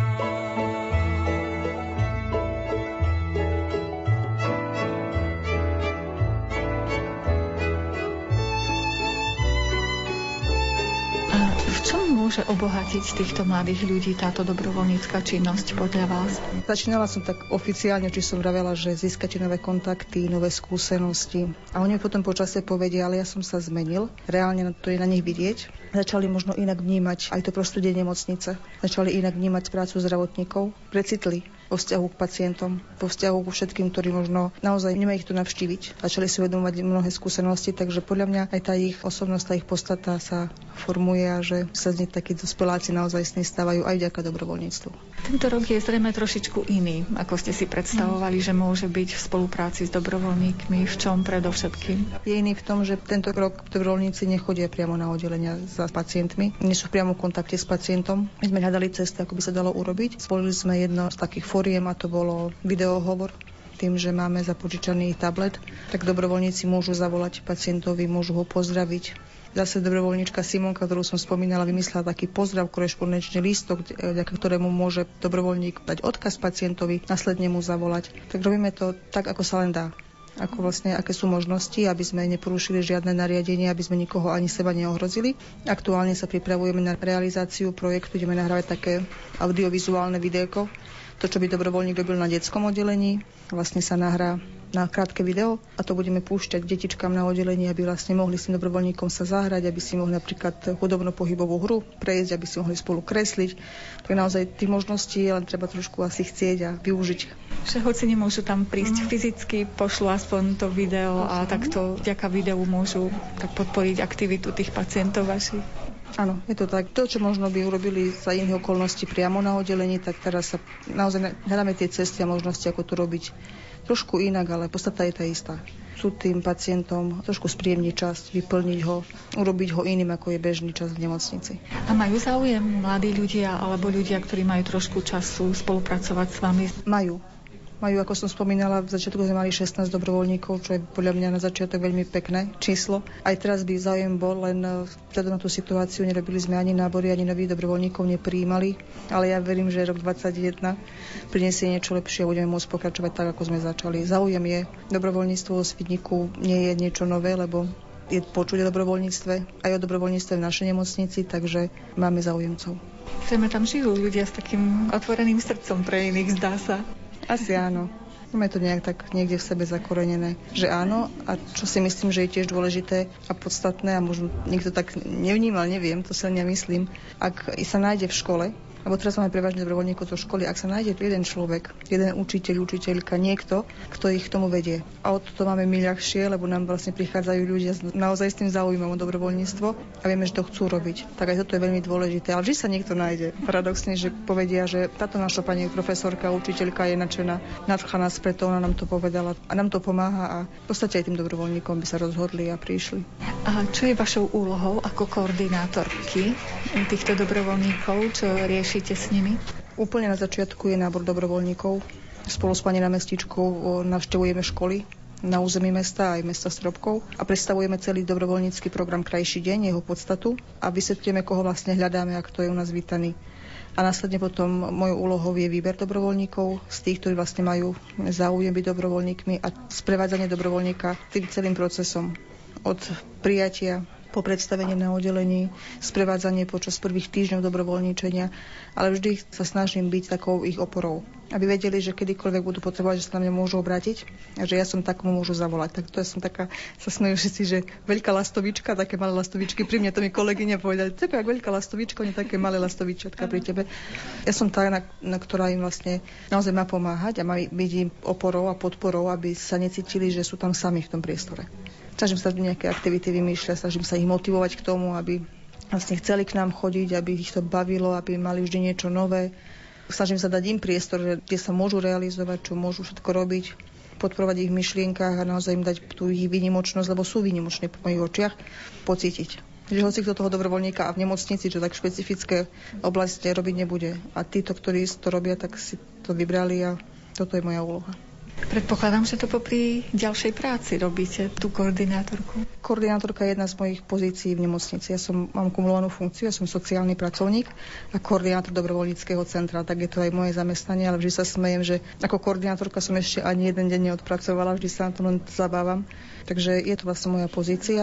A v čom môže obohatiť týchto mladých ľudí táto dobrovoľnícka činnosť podľa vás? Začínala som tak oficiálne, či som vravela, že získate nové kontakty, nové skúsenosti. A oni potom počasie povedia, ale ja som sa zmenil. Reálne to je na nich vidieť. Začali možno inak vnímať aj to prostredie nemocnice. Začali inak vnímať prácu zdravotníkov. Precitli vo vzťahu k pacientom, vo vzťahu ku všetkým, ktorí možno naozaj nemajú ich tu navštíviť. Začali si uvedomovať mnohé skúsenosti, takže podľa mňa aj tá ich osobnosť, tá ich podstata sa formuje a že sa z nich takí dospeláci naozaj s ní stávajú aj vďaka dobrovoľníctvu. Tento rok je zrejme trošičku iný, ako ste si predstavovali, že môže byť v spolupráci s dobrovoľníkmi. V čom predovšetkým? Je iný v tom, že tento rok dobrovoľníci nechodia priamo na oddelenia za pacientmi, nie sú v priamom kontakte s pacientom. My sme hľadali cesty, ako by sa dalo urobiť. Spojili sme jedno z takých foriem a to bolo videohovor. Tým, že máme zapožičaný tablet, tak dobrovoľníci môžu zavolať pacientovi, môžu ho pozdraviť. Zase dobrovoľníčka Simonka, ktorú som spomínala, vymyslela taký pozdrav, korešpondenčný lístok, vďaka ktorému môže dobrovoľník dať odkaz pacientovi, následne mu zavolať. Tak robíme to tak, ako sa len dá. Ako vlastne, aké sú možnosti, aby sme neporušili žiadne nariadenie, aby sme nikoho ani seba neohrozili. Aktuálne sa pripravujeme na realizáciu projektu, ideme nahrávať také audiovizuálne videjko. To, čo by dobrovoľník robil na detskom oddelení, vlastne sa nahrá na krátke video a to budeme púšťať detičkám na oddelení, aby vlastne mohli s tým dobrovoľníkom sa zahrať, aby si mohli napríklad hudobno-pohybovú hru prejsť, aby si mohli spolu kresliť. Tak naozaj tých možností len treba trošku asi chcieť a využiť. Že hoci nemôžu tam prísť fyzicky, pošlu aspoň to video a takto vďaka videu môžu tak podporiť aktivitu tých pacientov vašich. Áno, je to tak. To, čo možno by urobili za iných okolností priamo na oddelení, tak teraz sa naozaj hľadáme tie cesty a možnosti, ako to robiť trošku inak, ale podstata je tá istá. Sú tým pacientom trošku spríjemniť čas, vyplniť ho, urobiť ho iným, ako je bežný čas v nemocnici. A majú záujem mladí ľudia alebo ľudia, ktorí majú trošku času spolupracovať s vami? Majú, ako som spomínala, v začiatku sme mali 16 dobrovoľníkov, čo je podľa mňa na začiatok veľmi pekné číslo. Aj teraz by záujem bol, len vzhľadom na tú situáciu nerobili sme ani nábory, ani nových dobrovoľníkov neprijímali, ale ja verím, že rok 2021 prinesie niečo lepšie a budeme môcť pokračovať tak, ako sme začali. Záujem je, dobrovoľníctvo v Svidníku nie je niečo nové, lebo je počuť o dobrovoľníctve, aj o dobrovoľníctve v našej nemocnici, takže máme záujemcov. Chceme tam žijú ľudia s takým otvoreným srdcom pre iných, zdá sa. Asi áno. Máme to nejak tak niekde v sebe zakorenené, že áno. A čo si myslím, že je tiež dôležité a podstatné a možno niekto tak nevnímal, neviem, to si len nemyslím. Ak sa nájde v škole, lebo teraz máme prevažne dobrovoľníkov zo školy, ak sa nájde jeden človek, jeden učiteľ, učiteľka, niekto, kto ich k tomu vedie. A o to máme my ľahšie, lebo nám vlastne prichádzajú ľudia naozaj s tým záujmom o dobrovoľníctvo a vieme, že to chcú robiť. Tak aj toto je veľmi dôležité. Ale vždy sa niekto nájde. Paradoxne, že povedia, že táto naša pani profesorka, učiteľka je nadchaná preto ona nám to povedala a nám to pomáha a v podstate aj tým dobrovoľníkom by sa rozhodli a prišli. A čo je vašou úlohou ako koordinátorky týchto dobrovoľníkov, čo riešite s nimi? Úplne na začiatku je nábor dobrovoľníkov. Spolu s pani námestničkou navštevujeme školy na území mesta aj mesta Stropkov a predstavujeme celý dobrovoľnícky program Krajší deň, jeho podstatu a vysvetlíme, koho vlastne hľadáme a kto je u nás vítaný. A následne potom mojou úlohou je výber dobrovoľníkov z tých, ktorí vlastne majú záujem byť dobrovoľníkmi a sprevádzanie dobrovoľníka tým celým procesom. Od prijatia po predstavenie na oddelení, sprevádzanie počas prvých týždňov dobrovoľníčenia, ale vždy sa snažím byť takou ich oporou. Aby vedeli, že kedykoľvek budú potrebovať, že sa na mňa môžu obrátiť a že ja som takomu môžu zavolať. Tak to ja som taká, sa smejú všetci, že veľká lastovička, také malé lastovičky pri mne, to mi kolegyne povedali, to je jak veľká lastovička, nie také malé lastovičatka pri tebe. Ja som tá, na ktorá im vlastne naozaj má pomáhať a má byť im oporou a podporou, aby sa necítili, že sú tam sami v tom priestore. Snažím sa nejaké aktivity vymýšľať, snažím sa ich motivovať k tomu, aby vlastne chceli k nám chodiť, aby ich to bavilo, aby mali vždy niečo nové. Snažím sa dať im priestor, kde sa môžu realizovať, čo môžu všetko robiť, podporovať ich v myšlienkach a naozaj im dať tú ich výnimočnosť, lebo sú výnimoční po mojich očiach, pocítiť. Že hoci kto toho dobrovoľníka a v nemocnici, čo tak špecifické oblasti robiť nebude. A títo, ktorí to robia, tak si to vybrali a toto je moja úloha. Predpokladám, že to popri ďalšej práci robíte, tú koordinátorku. Koordinátorka je jedna z mojich pozícií v nemocnici. Ja mám kumulovanú funkciu, ja som sociálny pracovník a koordinátor dobrovoľníckeho centra, tak je to aj moje zamestnanie, ale vždy sa smejem, že ako koordinátorka som ešte ani jeden deň neodpracovala, vždy sa na to len zabávam. Takže je to vlastne moja pozícia a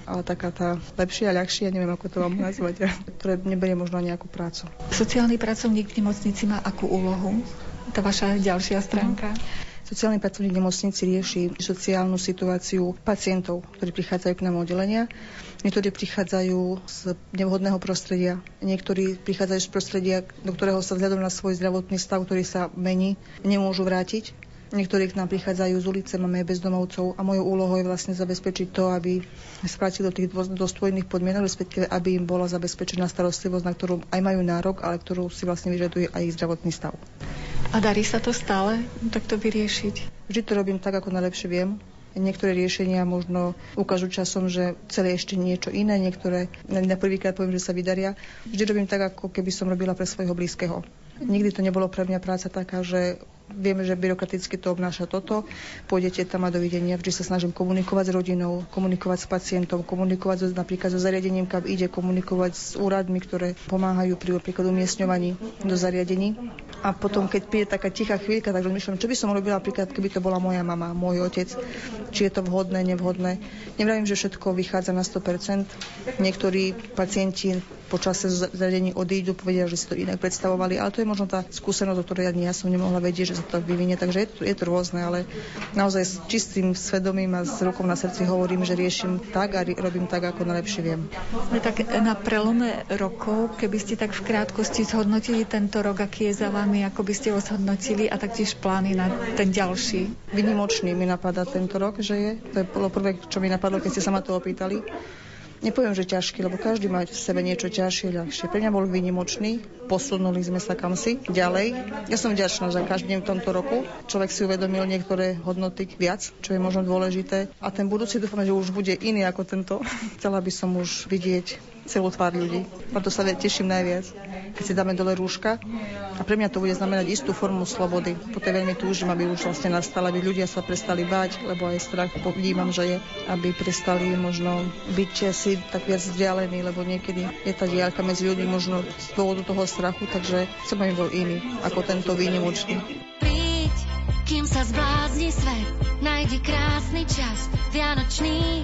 ale taká tá lepšia, ľahšia, neviem, ako to mám nazvať, ktoré neberie možno nejakú prácu. Sociálny pracovník v nemocnici má akú úlohu? Tá vaša ďalšia stránka? Sociálny pracovník v nemocnici rieši sociálnu situáciu pacientov, ktorí prichádzajú k nám oddelenia. Niektorí prichádzajú z nevhodného prostredia, niektorí prichádzajú z prostredia, do ktorého sa vzhľadom na svoj zdravotný stav, ktorý sa mení, nemôžu vrátiť. Niektorí k nám prichádzajú z ulice, máme aj bezdomovcov a mojou úlohou je vlastne zabezpečiť to, aby spracili do tých dôstojných podmienok, respektíve aby im bola zabezpečená starostlivosť, na ktorú aj majú nárok, ale ktorú si vlastne vyžaduje aj ich zdravotný stav. A darí sa to stále takto vyriešiť? Vždy to robím tak, ako najlepšie viem. Niektoré riešenia možno ukážu časom, že celé ešte niečo iné, niektoré na prvýkrát poviem, že sa vydaria. Vždy robím tak, ako keby som robila pre svojho blízkeho. Nikdy to nebolo pre mňa práca taká, že vieme, že byrokraticky to obnáša toto, pôjdete tam a dovidenia. Vždy sa snažím komunikovať s rodinou, komunikovať s pacientom, komunikovať napríklad so zariadením, kam ide, komunikovať s úradmi, ktoré pomáhajú pri napríklad umiestňovaní do zariadení. A potom, keď príde taká tichá chvíľka, tak rozmýšľam, čo by som robila napríklad, keby to bola moja mama, môj otec, či je to vhodné, nevhodné. Nevravím, že všetko vychádza na 100%. Niektorí pacienti po čase zariadení odídu, povedia, že si to inak predstavovali, ale to je možno tá skúsenosť, o ktorej ja som nemohla vedieť, že sa to vyvinie, takže je to rôzne, ale naozaj s čistým svedomím a s rukou na srdci hovorím, že riešim tak a robím tak, ako najlepšie viem. Tak na prelome rokov, keby ste tak v krátkosti zhodnotili tento rok, aký je za vami, ako by ste ho zhodnotili a taktiež plány na ten ďalší? Vynimočný mi napadá tento rok, že je. To je bolo prvé, čo mi napadlo, keď ste sa ma to opýtali. Nepoviem, že ťažký, lebo každý má v sebe niečo ťažšie, ľahšie. Pre mňa bol výnimočný, posunuli sme sa kamsi ďalej. Ja som vďačná, že každý deň v tomto roku človek si uvedomil niektoré hodnoty viac, čo je možno dôležité. A ten budúci dúfam, že už bude iný ako tento. Chcela by som už vidieť celú tvár ľudí. A to sa teším najviac, keď si dáme dole rúška. A pre mňa to bude znamenať istú formu slobody. Potom veľmi túžim, aby už vlastne nastala, aby ľudia sa prestali báť, lebo aj strach vnímam, že je, aby prestali možno byť si tak viac vzdialení, lebo niekedy je tá diaľka medzi ľuďmi možno z dôvodu toho strachu, takže chcem, aby bol iný ako tento výnimočný. Príď, kým sa zblázni svet, nájdi krásny čas, vianočný.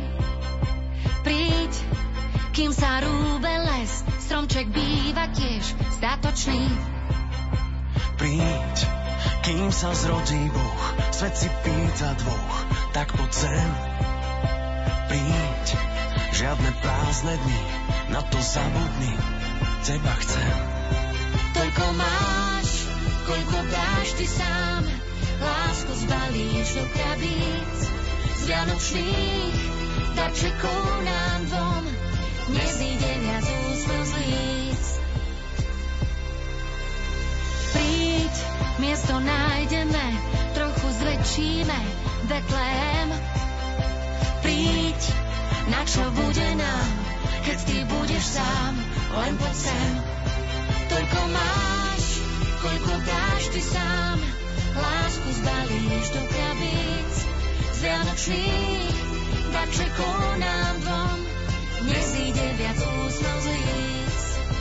Príď, kým sa rúbe les, stromček býva tiež statočný. Príď, kým sa zrodí Boh, svet si pýta dvoch, tak poď sem. Príď, žiadne prázdne dni, na to zabudni, teba chcem. Toľko máš, koľko dáš ty sám, lásku zbalíš do krabíc, z vianočných darčekov nám dvom nezíde viac úsmev z líc. Príď, miesto nájdeme, trochu zväčšíme Betlehem. Príď, na čo bude nám, keď ty budeš sám, len poď sem. Toľko máš, koľko dáš ty sám, lásku zbalíš do krabíc, z vianočných darčekov nám dvom nezíde viac úsmev z líc.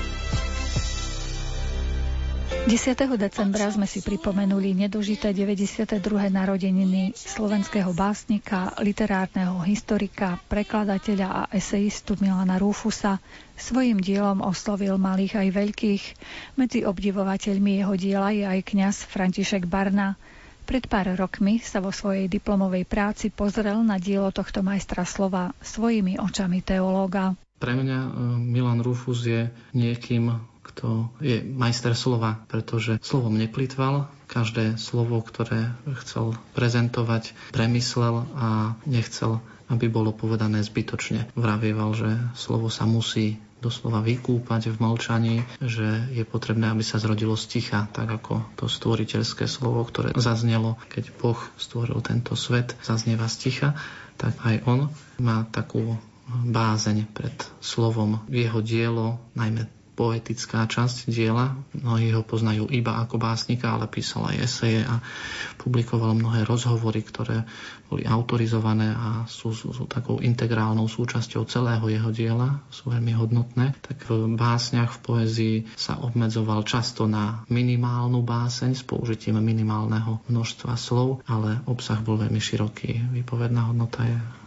10. decembra sme si pripomenuli nedožité 92. narodeniny slovenského básnika, literárneho historika, prekladateľa a esejistu Milana Rúfusa. Svojím dielom oslovil malých aj veľkých. Medzi obdivovateľmi jeho diela je aj kňaz František Barna. Pred pár rokmi sa vo svojej diplomovej práci pozrel na dielo tohto majstra slova svojimi očami teológa. Pre mňa Milan Rúfus je niekým, kto je majster slova, pretože slovom neplýtval. Každé slovo, ktoré chcel prezentovať, premyslel a nechcel, aby bolo povedané zbytočne. Vravieval, že slovo sa musí doslova vykúpať v mlčaní, že je potrebné, aby sa zrodilo z ticha, tak ako to stvoriteľské slovo, ktoré zaznelo, keď Boh stvoril tento svet, zaznieva z ticha, tak aj on má takú bázeň pred slovom. Jeho dielo, najmä poetická časť diela, mnohí ho poznajú iba ako básnika, ale písal aj eseje a publikoval mnohé rozhovory, ktoré boli autorizované a sú takou integrálnou súčasťou celého jeho diela, sú veľmi hodnotné. Tak v básniach, v poézii sa obmedzoval často na minimálnu báseň s použitím minimálneho množstva slov, ale obsah bol veľmi široký. Výpovedná hodnota je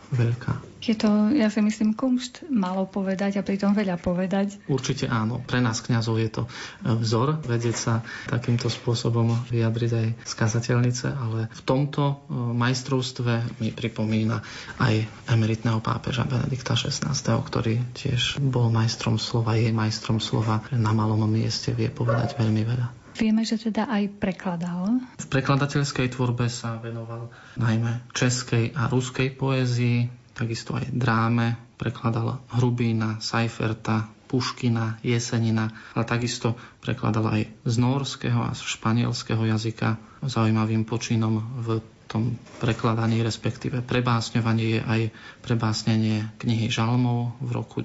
veľká. Je to, ja si myslím, kumšt málo povedať a pritom veľa povedať. Určite áno. Pre nás kňazov je to vzor, vedieť sa takýmto spôsobom vyjadriť aj z kazateľnice, ale v tomto majstrovstve mi pripomína aj emeritného pápeža Benedikta XVI, ktorý tiež bol majstrom slova, je majstrom slova, na malom mieste vie povedať veľmi veľa. Vieme, že teda aj prekladal. V prekladateľskej tvorbe sa venoval najmä českej a ruskej poézii, takisto aj dráme, prekladal Hrubína, Seiferta, Puškina, Jesenina, ale takisto prekladal aj z nórskeho a z španielského jazyka. Zaujímavým počinom v tom prekladaní, respektíve prebásňovaní je aj prebásnenie knihy Žalmov v roku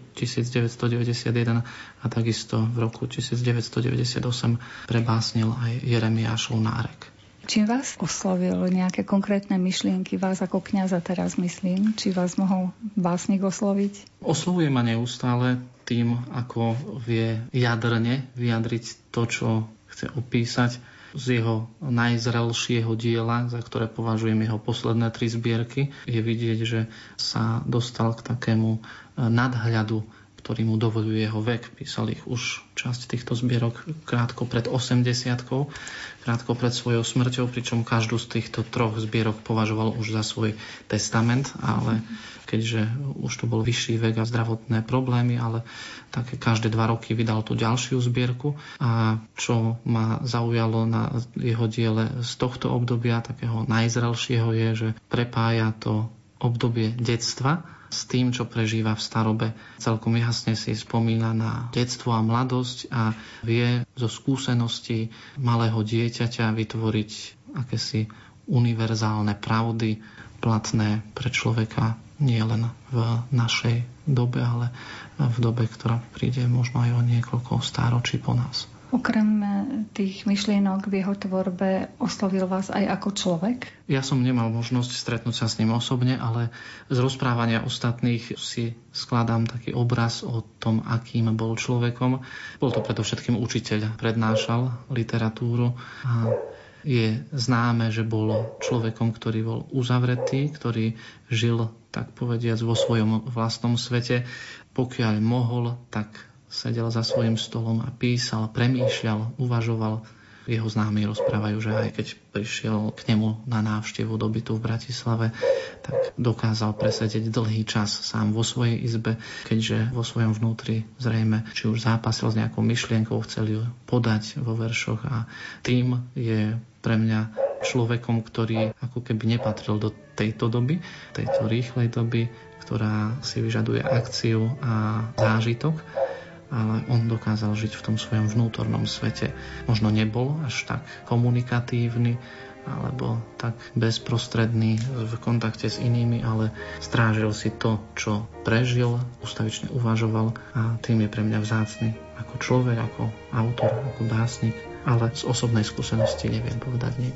1991 a takisto v roku 1998 prebásnil aj Jeremiášov Nárek. Čím vás oslovil nejaké konkrétne myšlienky, vás ako kňaza teraz myslím? Či vás mohol básnik osloviť? Oslovuje ma neustále tým, ako vie jadrne vyjadriť to, čo chce opísať. Z jeho najzrelšieho diela, za ktoré považujem jeho posledné 3 zbierky, je vidieť, že sa dostal k takému nadhľadu, ktorý mu dovoľuje jeho vek. Písal ich už časť týchto zbierok krátko pred 80-kou, krátko pred svojou smrťou, pričom každú z týchto 3 zbierok považoval už za svoj testament, ale keďže už to bol vyšší vek a zdravotné problémy, ale tak každé 2 roky vydal tú ďalšiu zbierku. A čo ma zaujalo na jeho diele z tohto obdobia, takého najzrelšieho, je, že prepája to obdobie detstva s tým, čo prežíva v starobe. Celkom jasne si spomína na detstvo a mladosť a vie zo skúseností malého dieťaťa vytvoriť akési univerzálne pravdy, platné pre človeka nie len v našej dobe, ale v dobe, ktorá príde možno aj o niekoľko stáročí po nás. Okrem tých myšlienok v jeho tvorbe oslovil vás aj ako človek? Ja som nemal možnosť stretnúť sa s ním osobne, ale z rozprávania ostatných si skladám taký obraz o tom, akým bol človekom. Bol to predovšetkým učiteľ, prednášal literatúru a je známe, že bol človekom, ktorý bol uzavretý, ktorý žil, tak povediac, vo svojom vlastnom svete. Pokiaľ mohol, tak sedel za svojím stolom a písal, premýšľal, uvažoval. Jeho známi rozprávajú, že aj keď prišiel k nemu na návštevu do bytu v Bratislave, tak dokázal presedieť dlhý čas sám vo svojej izbe, keďže vo svojom vnútri zrejme či už zápasil s nejakou myšlienkou, chcel ju podať vo veršoch a tým je pre mňa človekom, ktorý ako keby nepatril do tejto doby, tejto rýchlej doby, ktorá si vyžaduje akciu a zážitok, ale on dokázal žiť v tom svojom vnútornom svete. Možno nebol až tak komunikatívny alebo tak bezprostredný v kontakte s inými, ale strážil si to, čo prežil, ustavične uvažoval a tým je pre mňa vzácny ako človek, ako autor, ako básnik, ale z osobnej skúsenosti neviem povedať nič.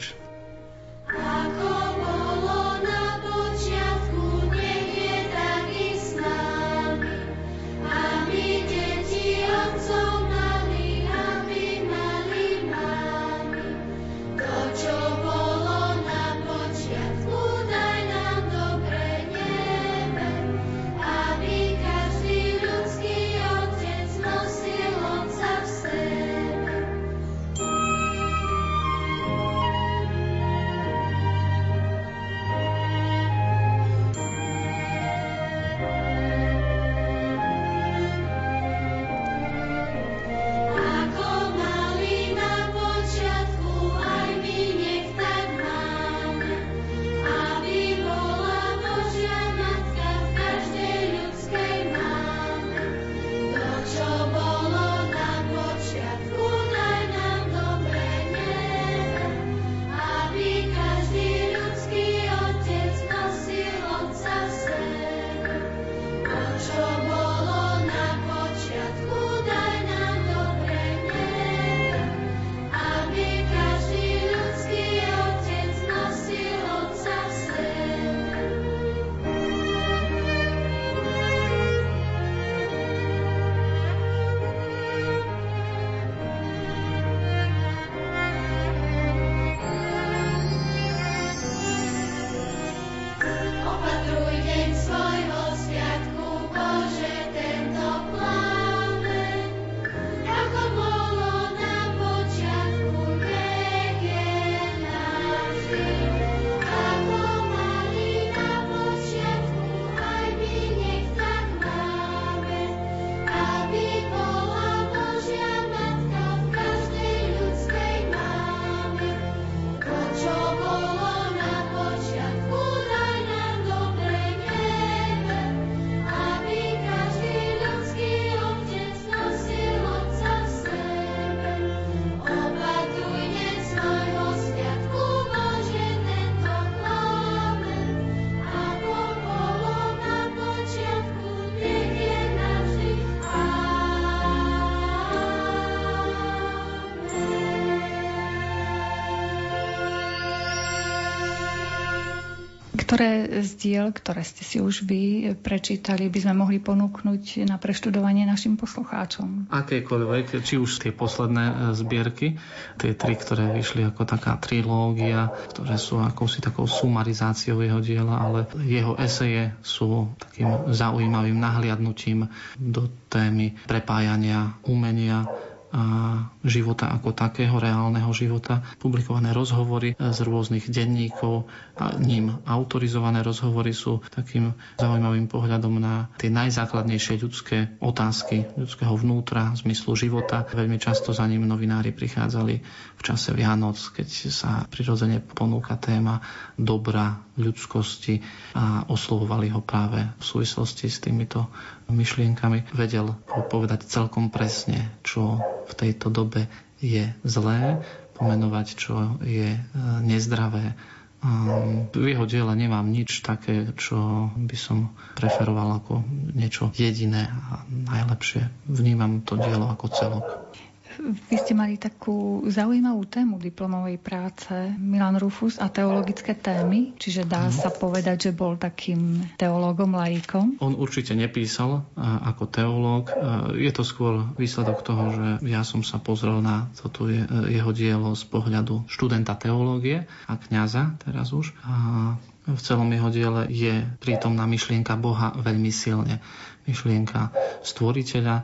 Ktoré z diel, ktoré ste si už vy prečítali, by sme mohli ponúknuť na preštudovanie našim poslucháčom? Akékoľvek, či už tie posledné zbierky, tie 3, ktoré vyšli ako taká trilógia, ktoré sú akousi takou sumarizáciou jeho diela, ale jeho eseje sú takým zaujímavým nahliadnutím do témy prepájania umenia a života ako takého, reálneho života. Publikované rozhovory z rôznych denníkov a ním autorizované rozhovory sú takým zaujímavým pohľadom na tie najzákladnejšie ľudské otázky ľudského vnútra, zmyslu života. Veľmi často za ním novinári prichádzali v čase Vianoc, keď sa prirodzene ponúka téma dobra, ľudskosti a oslovovali ho práve v súvislosti s týmito myšlienkami. Vedel povedať celkom presne, čo v tejto dobe je zlé, pomenovať, čo je nezdravé. V jeho diele nemám nič také, čo by som preferoval ako niečo jediné a najlepšie. Vnímam to dielo ako celok. Vy ste mali takú zaujímavú tému diplomovej práce, Milan Rufus, a teologické témy, čiže dá sa povedať, že bol takým teológom, laikom. On určite nepísal ako teológ. Je to skôr výsledok toho, že ja som sa pozrel na toto jeho dielo z pohľadu študenta teológie a kňaza teraz už. A v celom jeho diele je prítomná myšlienka Boha veľmi silne. Myšlienka stvoriteľa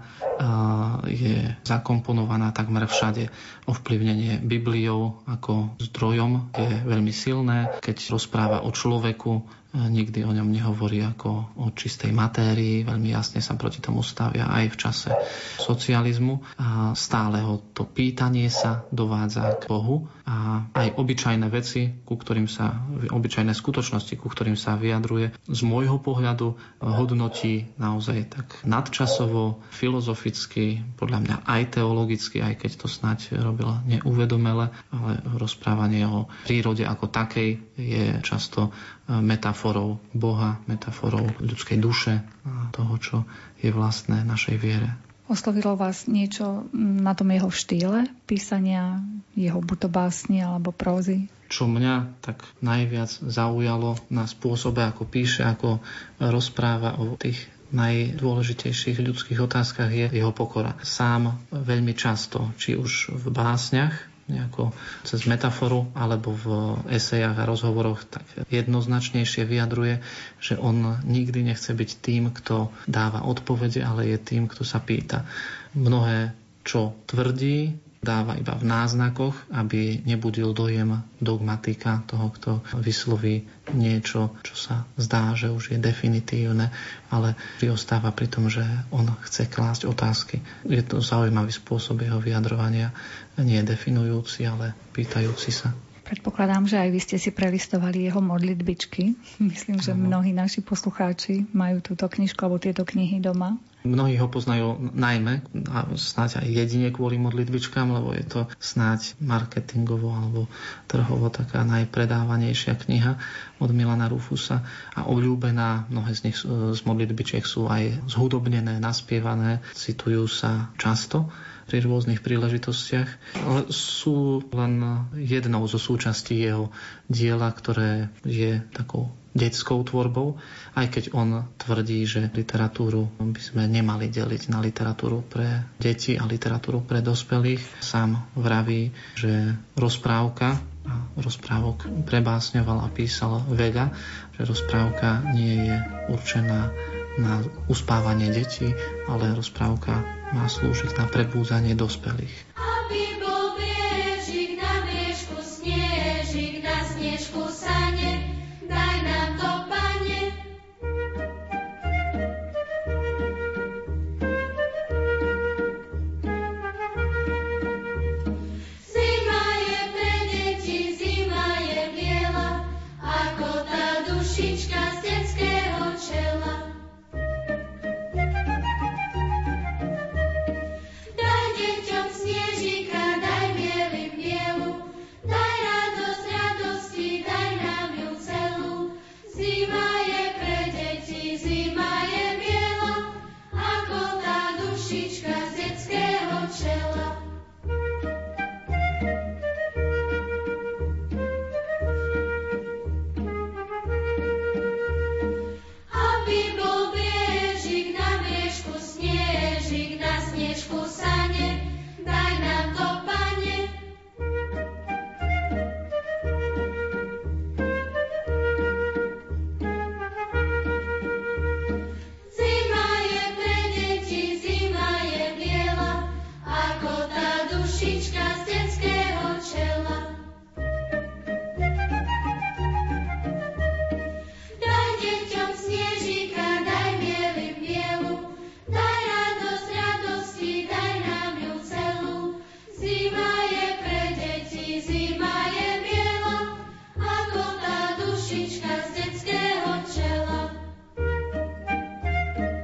je zakomponovaná takmer všade. Ovplyvnenie Bibliou ako zdrojom je veľmi silné. Keď rozpráva o človeku, nikdy o ňom nehovorí ako o čistej matérii. Veľmi jasne sa proti tomu stavia aj v čase socializmu. A stále ho to pýtanie sa dovádza k Bohu. A aj obyčajné veci, obyčajné skutočnosti, ku ktorým sa vyjadruje, z môjho pohľadu hodnotí naozaj tak nadčasovo, filozoficky, podľa mňa aj teologicky, aj keď to snáď robil neuvedomele, ale rozprávanie o prírode ako takej je často metaforou Boha, metaforou ľudskej duše a toho, čo je vlastné našej viere. Oslovilo vás niečo na tom jeho štýle písania, jeho buď to básni alebo prózy? Čo mňa tak najviac zaujalo na spôsobe, ako píše, ako rozpráva o tých najdôležitejších ľudských otázkach, je jeho pokora. Sám veľmi často, či už v básniach, nejako cez metaforu alebo v esejách a rozhovoroch, tak jednoznačnejšie vyjadruje, že on nikdy nechce byť tým, kto dáva odpovede, ale je tým, kto sa pýta. Mnohé, čo tvrdí, dáva iba v náznakoch, aby nebudil dojem dogmatika toho, kto vysloví niečo, čo sa zdá, že už je definitívne, ale priostáva pri tom, že on chce klásť otázky. Je to zaujímavý spôsob jeho vyjadrovania, nie definujúci, ale pýtajúci sa. Predpokladám, že aj vy ste si prelistovali jeho modlitbičky. Myslím, že mnohí naši poslucháči majú túto knižku alebo tieto knihy doma. Mnohí ho poznajú najmä a snáď aj jedine kvôli modlitbičkám, lebo je to snáď marketingovo alebo trhovo taká najpredávanejšia kniha od Milana Rufusa a obľúbená. Mnohé z nich z modlitbičiek sú aj zhudobnené, naspievané, citujú sa často pri rôznych príležitostiach, ale sú len jednou zo súčastí jeho diela, ktoré je takou detskou tvorbou, aj keď on tvrdí, že literatúru by sme nemali deliť na literatúru pre deti a literatúru pre dospelých. Sám vraví, že rozprávka a rozprávok prebásňoval a písal veľa, že rozprávka nie je určená na uspávanie detí, ale rozprávka má slúžiť na prebúdzanie dospelých. Aby bol briežik na briežku, snežik na snežku sane, daj nám to, Pane. Zima je pre deti, zima je biela, ako tá dušička z detského čela. Daj deťom snežik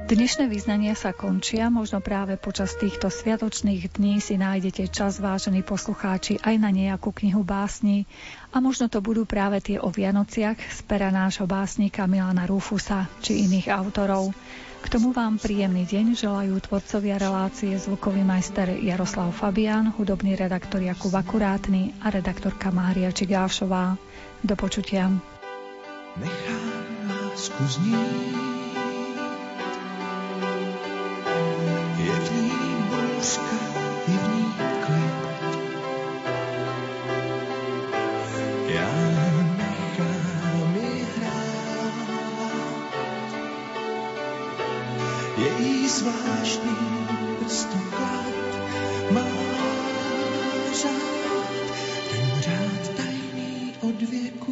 Dnešné vyznania sa končia, možno práve počas týchto sviatočných dní si nájdete čas, vážení poslucháči, aj na nejakú knihu básni a možno to budú práve tie o Vianociach z pera nášho básnika Milana Rufusa či iných autorov. K tomu vám príjemný deň želajú tvorcovia relácie zvukový majster Jaroslav Fabián, hudobný redaktor Jakub Akurátny a redaktorka Mária Čigášová. Do počutia. Nechám lásku znít, je v ní bouřka, je v ní klid. Já nechám ji hrát, její zvláštní stoklad má řád, ten řád tajný od věků.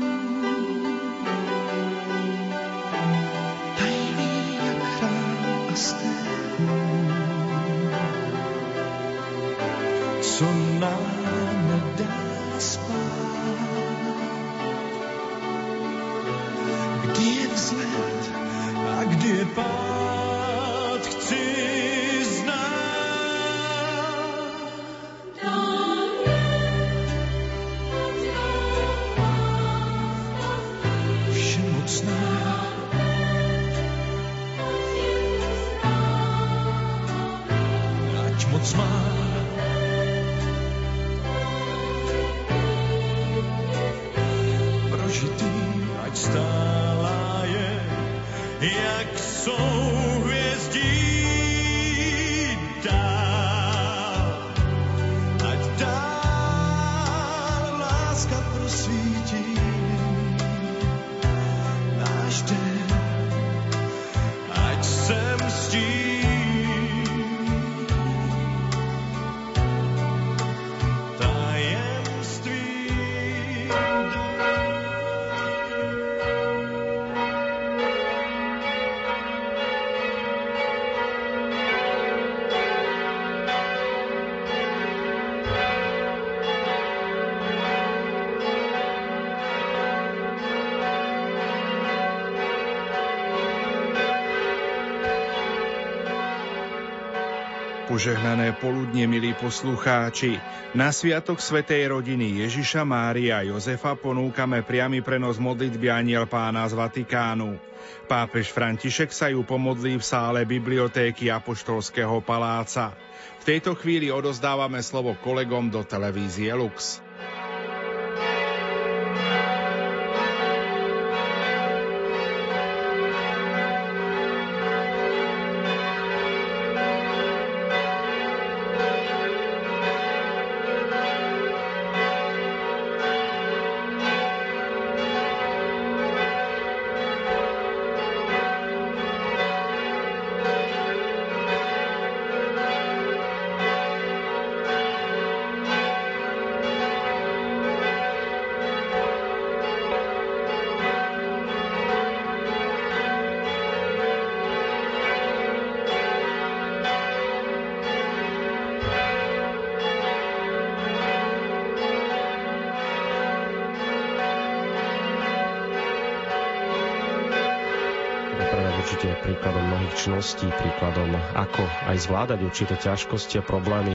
Tajný jak chrám Aztéků, co nám nedá spát. Kdy je vzlet a kdy je pád, chci znát. Všemocná, ať moc má. Prožitý, ať stála je, jak souhvězdí dál. Ať dál láska prosvítí náš den, ať se mstí. Požehnané poludne, milí poslucháči. Na sviatok svätej rodiny Ježiša, Márie a Jozefa ponúkame priamy prenos modlitby Anjel Pána z Vatikánu. Pápež František sa ju pomodlí v sále bibliotéky Apoštolského paláca. V tejto chvíli odozdávame slovo kolegom do televízie Lux. Príkladom mnohých čností, príkladom ako aj zvládať určité ťažkosti a problémy.